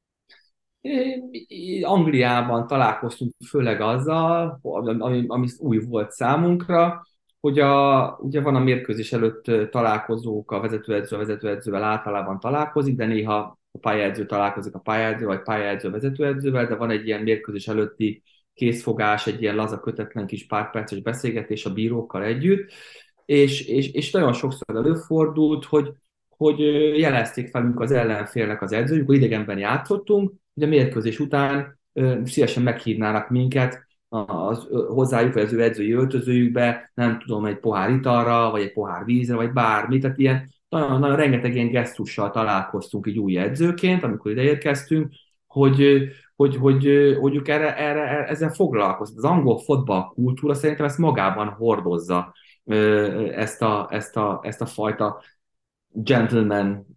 Angliában találkoztunk főleg azzal, ami, ami új volt számunkra, hogy a, ugye van a mérkőzés előtt találkozók, a vezetőedző a vezetőedzővel általában találkozik, de néha a pályaedző találkozik a pályaedző, vagy pályaedző a vezetőedzővel, de van egy ilyen mérkőzés előtti készfogás, egy ilyen laza, kötetlen kis pár perces beszélgetés a bírókkal együtt, és, és, és nagyon sokszor előfordult, hogy, hogy jelezték velünk az ellenfélnek az edzőjük, hogy idegenben játszottunk, hogy a mérkőzés után ö, szívesen meghívnának minket az, ö, hozzájuk, vagy az ő edzői öltözőjükbe, nem tudom, egy pohár italra, vagy egy pohár vízre, vagy bármi, tehát ilyen nagyon, nagyon rengeteg ilyen gesztussal találkoztunk így új edzőként, amikor ide érkeztünk, hogy, hogy, hogy, hogy ők erre, erre, ezzel foglalkoznak. Az angol fotball kultúra szerintem ezt magában hordozza, ezt a, ezt a, ezt a fajta gentleman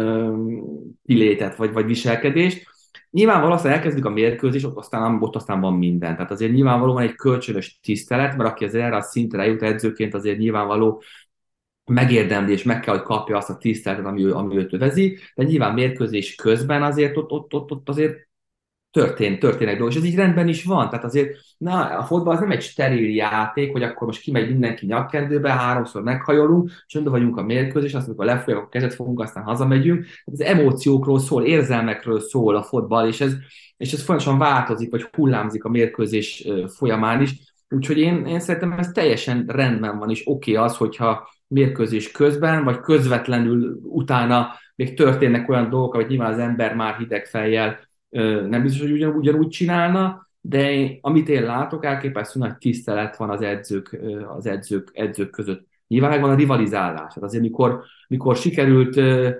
kilétet, vagy, vagy viselkedést. Nyilvánvalóan aztán elkezdjük a mérkőzést, ott aztán, ott aztán van minden. Tehát azért nyilvánvalóan egy kölcsönös tisztelet, mert aki azért erre a szintre eljut edzőként, azért nyilvánvaló megérdemli, és meg kell, hogy kapja azt a tiszteletet, ami, ami őt övezi, de nyilván mérkőzés közben azért ott, ott, ott, ott azért történt, történnek dolgok, és ez így rendben is van. Tehát azért na, a fotball az nem egy steril játék, hogy akkor most kimegy mindenki nyakkendőbe, háromszor meghajolunk, csöndben vagyunk a mérkőzés, azt amikor lefolyunk, a kezet fogunk, aztán hazamegyünk. Az emóciókról szól, érzelmekről szól a fotball, és ez, és ez folyamatosan változik, vagy hullámzik a mérkőzés folyamán is. Úgyhogy én, én szerintem ez teljesen rendben van, és oké okay az, hogyha mérkőzés közben, vagy közvetlenül utána még történnek olyan dolgok, hogy nyilván az ember már hideg fejjel nem biztos, hogy ugyan, ugyanúgy csinálna, de én, amit én látok, elképesztő nagy tisztelet van az edzők, az edzők, edzők között. Nyilván megvan a rivalizálás. Hát azért mikor, mikor sikerült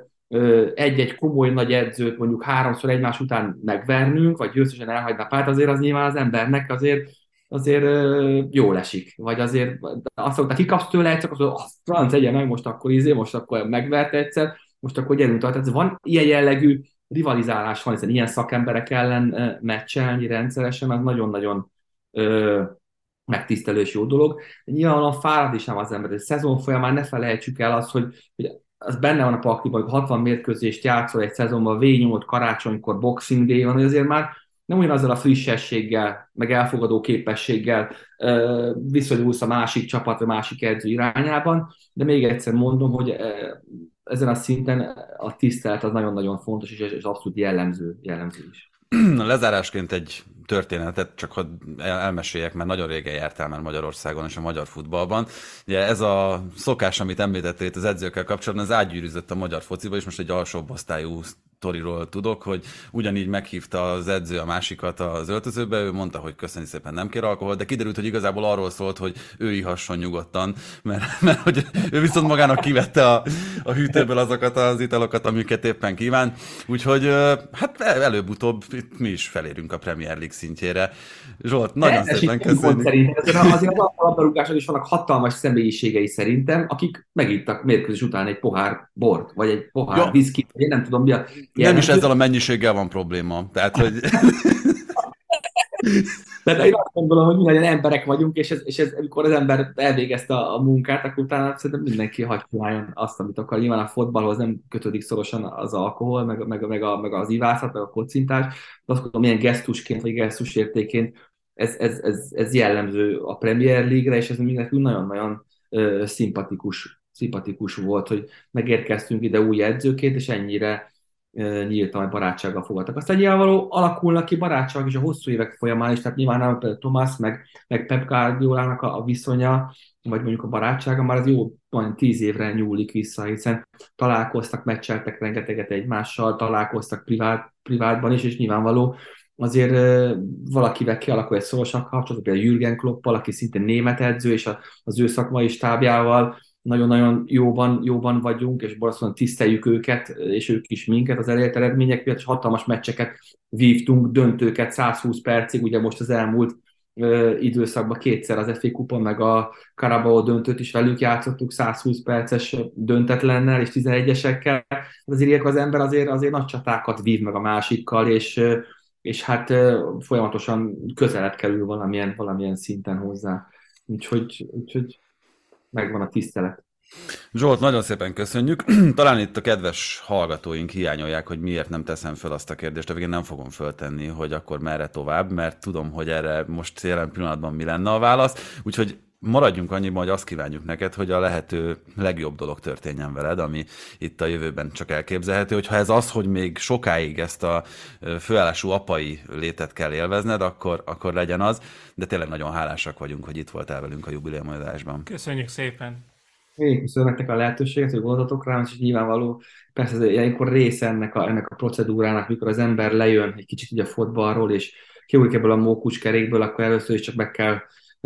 egy-egy komoly nagy edzőt mondjuk háromszor egymás után megvernünk, vagy győztesen elhagyni a pályát, azért az nyilván az embernek azért azért jól esik. Vagy azért azt mondta, kikapsz tőle egyszer, akkor azt franc egyen meg, most akkor izé, most akkor megvert egyszer, most akkor gyerünk tart. Tehát van ilyen jellegű rivalizálás van, hiszen ilyen szakemberek ellen meccselni rendszeresen, az nagyon-nagyon ö, megtisztelő és jó dolog. De nyilvánvalóan fárad is ám az ember. A szezon folyamán ne felejtsük el azt, hogy, hogy az benne van a pakliban, hogy hatvan mérkőzést játszol egy szezonban, végignyomott karácsonykor, Boxing Day van, hogy azért már nem ugyanazzal a frissességgel, meg elfogadó képességgel ö, viszonyulsz a másik csapat, a másik edző irányában, de még egyszer mondom, hogy ö, ezen a szinten a tisztelet az nagyon-nagyon fontos, és, és abszolút jellemző, jellemző is. Lezárásként egy történetet, csak hogy elmeséljek, mert nagyon régen jártál már Magyarországon és a magyar futballban. Ugye ez a szokás, amit említettél itt az edzőkkel kapcsolatban, az átgyűrűzött a magyar fociba, és most egy alsóbb osztályú sztoriról tudok, hogy ugyanígy meghívta az edző a másikat az öltözőbe, ő mondta, hogy köszönjük szépen, nem kér alkohol, de kiderült, hogy igazából arról szólt, hogy ő ihasson nyugodtan, mert, mert hogy ő viszont magának kivette a, a hűtőből azokat az italokat, amiket éppen kíván. Úgyhogy hát előbb-utóbb itt mi is felérünk a Premier League szintjére. Zsolt, nagyon Ez szépen köszönjük. köszönjük. Azért az labdarúgások is vannak hatalmas személyiségei szerintem, akik megittak mérkőzés után egy pohár bort, vagy egy pohár Ja. viszkit, vagy én nem tudom mi a Nem is ezzel a mennyiséggel van probléma. Tehát, hogy... De én azt gondolom, hogy mindannyian emberek vagyunk, és, ez, és ez, amikor az ember elvégezte a, a munkát, akkor utána szerintem mindenki hagy csináljon azt, amit akar. Nyilván a fotballhoz nem kötődik szorosan az alkohol, meg, meg, meg, a, meg az ivászat, meg a kocintás, de azt gondolom, milyen gesztusként, vagy gesztusértéként ez, ez, ez, ez jellemző a Premier League-re, és ez mindenki nagyon-nagyon ö, szimpatikus, szimpatikus volt, hogy megérkeztünk ide új edzőként, és ennyire nyíltan, vagy barátsággal fogadtak. Aztán nyilvánvaló alakulnak ki barátság is a hosszú évek folyamán is, tehát nyilván nem például Thomas, meg, meg Pep Guardiolának a, a viszonya, vagy mondjuk a barátsága már az jó majd tíz évre nyúlik vissza, hiszen találkoztak, meccseltek rengeteget egymással, találkoztak privát, privátban is, és nyilvánvaló azért uh, valakivel kialakul egy szorosabb kapcsolat, például Jürgen Kloppal, aki szintén német edző, és a, az ő szakmai stábjával nagyon-nagyon jóban, jóban vagyunk, és borzasztóan tiszteljük őket, és ők is minket az elért eredmények miatt, és hatalmas meccseket vívtunk, döntőket száz húsz percig, ugye most az elmúlt ö, időszakban kétszer az ef á kupon, meg a Carabao döntőt is velük játszottuk száz húsz perces döntetlennel és tizenegyesekkel. Azért ilyenek az ember azért, azért nagy csatákat vív meg a másikkal, és, és hát ö, folyamatosan közelebb kerül valamilyen, valamilyen szinten hozzá. Úgyhogy, úgyhogy megvan a tisztelet. Zsolt, nagyon szépen köszönjük. Talán itt a kedves hallgatóink hiányolják, hogy miért nem teszem föl azt a kérdést, de végén nem fogom föltenni, hogy akkor merre tovább, mert tudom, hogy erre most jelen pillanatban mi lenne a válasz. Úgyhogy maradjunk annyiban, hogy azt kívánjuk neked, hogy a lehető legjobb dolog történjen veled, ami itt a jövőben csak elképzelhető, hogyha ez az, hogy még sokáig ezt a főállású apai létet kell élvezned, akkor, akkor legyen az, de tényleg nagyon hálásak vagyunk, hogy itt voltál velünk a jubileumodásban. Köszönjük szépen! Én köszönöm nektek a lehetőséget, hogy gondoltatok rám, és nyilvánvaló, persze ez ilyenkor része ennek a, ennek a procedúrának, mikor az ember lejön egy kicsit így a fotballról, és kiúlik ebből a mókuskerékből, akkor először is csak meg kell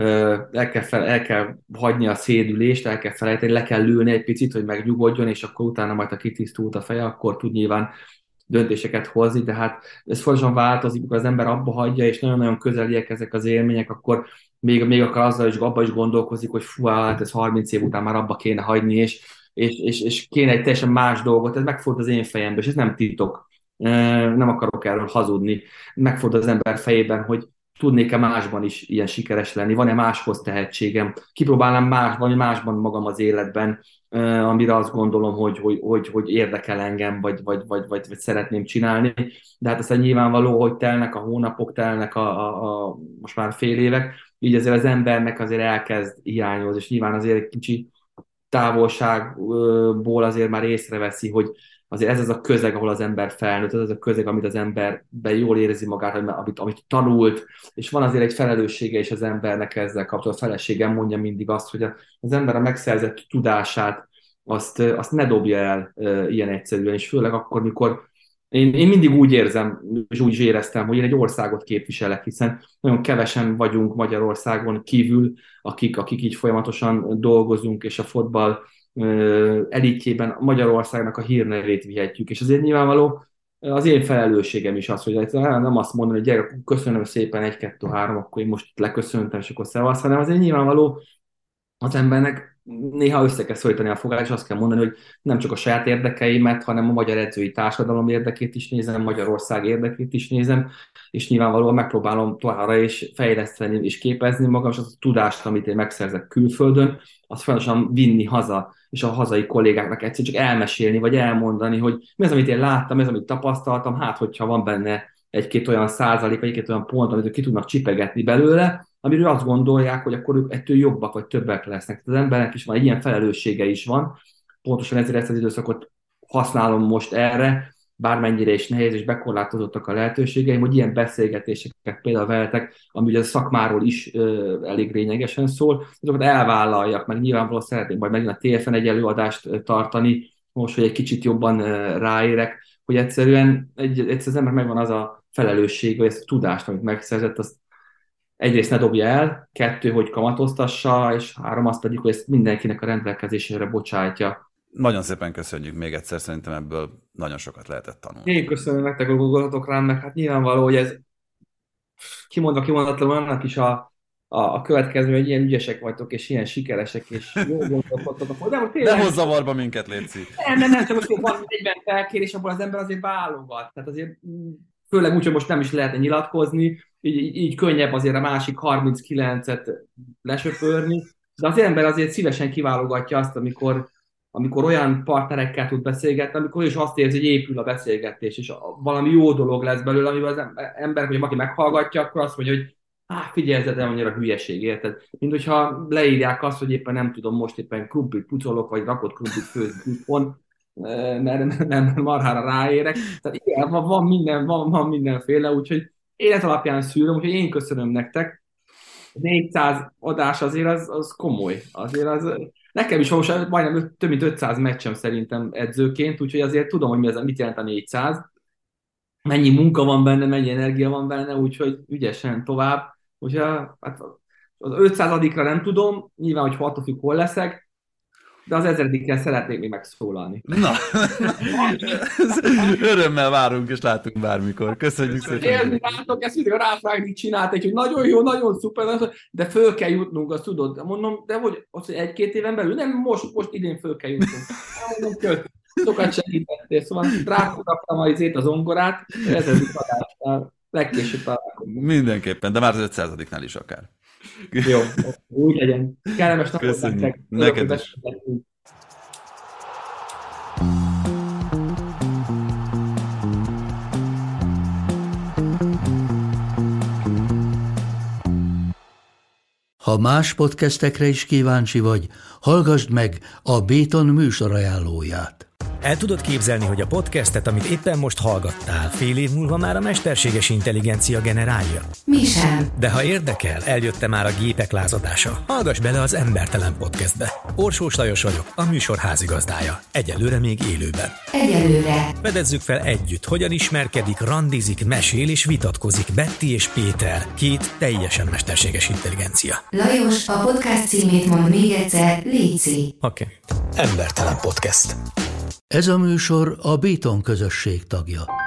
El kell, fel, el kell hagyni a szédülést, el kell felejteni, le kell ülni egy picit, hogy megnyugodjon, és akkor utána majd, ha kitisztult a feje, akkor tud nyilván döntéseket hozni, de hát ez folyamatosan változik, amikor az ember abba hagyja, és nagyon-nagyon közeliek ezek az élmények, akkor még, még akar azzal is, abba is gondolkozik, hogy fú, hát ez harminc év után már abba kéne hagyni, és, és, és, és kéne egy teljesen más dolgot, ez megfordul az én fejembe, és ez nem titok. Nem akarok erről hazudni. Megfordul az ember fejében, hogy tudnék-e másban is ilyen sikeres lenni, van-e máshoz tehetségem, kipróbálnám más, vagy másban magam az életben, amire azt gondolom, hogy, hogy, hogy, hogy érdekel engem, vagy, vagy, vagy, vagy, vagy szeretném csinálni. De hát aztán nyilvánvaló, hogy telnek a hónapok, telnek a, a, a most már fél évek, így azért az embernek azért elkezd hiányozni, és nyilván azért egy kicsi távolságból azért már észreveszi, hogy azért ez az a közeg, ahol az ember felnőtt, ez az a közeg, amit az emberben jól érzi magát, amit, amit tanult, és van azért egy felelőssége is az embernek ezzel kapcsolatban. A feleségem mondja mindig azt, hogy az ember a megszerzett tudását azt, azt ne dobja el e, ilyen egyszerűen, és főleg akkor, mikor én, én mindig úgy érzem, és úgy is éreztem, hogy én egy országot képviselek, hiszen nagyon kevesen vagyunk Magyarországon kívül, akik, akik így folyamatosan dolgozunk, és a fotball elitjében Magyarországnak a hírnevét vihetjük, és azért nyilvánvaló az én felelősségem is az, hogy nem azt mondani, hogy gyere, köszönöm szépen, egy, kettő, három, akkor én most leköszöntem, és akkor szevasz, hanem azért nyilvánvaló az embernek néha össze kell szorítani a fogát, és azt kell mondani, hogy nem csak a saját érdekeimet, hanem a magyar edzői társadalom érdekét is nézem, Magyarország érdekét is nézem, és nyilvánvalóan megpróbálom továbbra is fejleszteni és képezni magam, és az a tudást, amit én megszerzek külföldön, azt folyamatosan vinni haza, és a hazai kollégáknak egyszerűen csak elmesélni, vagy elmondani, hogy mi az, amit én láttam, mi az, amit tapasztaltam, hát hogyha van benne egy-két olyan százalék, vagy egy-két olyan pont, amit ők ki tudnak csipegetni belőle, amiről azt gondolják, hogy akkor ők ettől jobbak, vagy többek lesznek. Tehát az embernek is van, egy ilyen felelőssége is van. Pontosan ezért ezt az időszakot használom most erre, bármennyire is nehéz és bekorlátozottak a lehetőségeim, hogy ilyen beszélgetéseket például veletek, ami ugye a szakmáról is ö, elég lényegesen szól, azokat elvállaljak, meg nyilvánvalóan szeretnék majd megint a té ef en egy előadást tartani, most, hogy egy kicsit jobban ö, ráérek, hogy egyszerűen egy, egyszer az ember megvan az a felelősség, vagy ezt a tudást, amit megszerzett, azt egyrészt ne dobja el, kettő, hogy kamatoztassa, és három, az pedig, hogy ezt mindenkinek a rendelkezésére bocsátja. Nagyon szépen köszönjük még egyszer, szerintem ebből nagyon sokat lehetett tanulni. Én köszönöm nektek, hogy gondoltok rám, meg hát nyilvánvaló, hogy ez kimondva kimondatlanul annak is a, a, a következő, hogy ilyen ügyesek vagytok, és ilyen sikeresek, és jó gondolkodtok. De most tényleg... Nem hozz zavarba minket, Léci! Nem, nem, nem, csak most van egyben felkérés, abból az ember azért válogat. Tehát azért főleg úgy, hogy most nem is lehetne nyilatkozni, így, így, így könnyebb azért a másik harminckilencet lesöpörni, de az ember azért szívesen kiválogatja azt, amikor, amikor olyan partnerekkel tud beszélgetni, amikor is azt érzi, hogy épül a beszélgetés, és valami jó dolog lesz belőle, amivel az ember, hogy aki meghallgatja, akkor azt mondja, hogy á, figyelj, ez annyira hülyeség, érted? Mint hogyha leírják azt, hogy éppen nem tudom, most éppen krumplit pucolok, vagy rakott krumplit főzni pont, mert nem marhára ráérek. Tehát igen, van, van, minden, van, van mindenféle, úgyhogy élet alapján szűröm, úgyhogy én köszönöm nektek. négyszáz adás azért az, az komoly. Azért az, nekem is most majdnem több mint ötszáz meccsem szerintem edzőként, úgyhogy azért tudom, hogy mi az, mit jelent a négyszáz. Mennyi munka van benne, mennyi energia van benne, úgyhogy ügyesen tovább. Úgyhogy hát az ötszázadikra nem tudom, nyilván, hogy attól függ, hol leszek, de az ezredikkel szeretnék még megszólalni. Na, örömmel várunk, és látunk bármikor. Köszönjük szépen. Érni látok, ezt mindig a Ráfrágnik csinálták, hogy nagyon jó, nagyon szuper, de föl kell jutnunk, azt tudod. Mondom, de hogy, hogy egy-két éven belül? Nem, most, most idén föl kell jutnunk. Mondom, köt. Sokat segítettél, szóval rákaptam az izét, az ongorát, ezedik adásnál, legkésőbb találkozunk. Mindenképpen, de már az ötszázadiknál is akár. Jó, úgy legyen. Kellemes napot nektek. Neked is. Ha más podcastekre is kíváncsi vagy, hallgassd meg a Béton műsor ajánlóját. El tudod képzelni, hogy a podcastet, amit éppen most hallgattál, fél év múlva már a mesterséges intelligencia generálja? Mi sem. De ha érdekel, eljött már a gépek lázadása. Hallgass bele az Embertelen Podcastbe. Orsós Lajos vagyok, a műsor házigazdája. Egyelőre még élőben. Egyelőre. Fedezzük fel együtt, hogyan ismerkedik, randizik, mesél és vitatkozik Betty és Péter, két teljesen mesterséges intelligencia. Lajos, a podcast címét mond még egyszer, léci. Oké. Okay. Embertelen Podcast. Ez a műsor a Béton közösség tagja.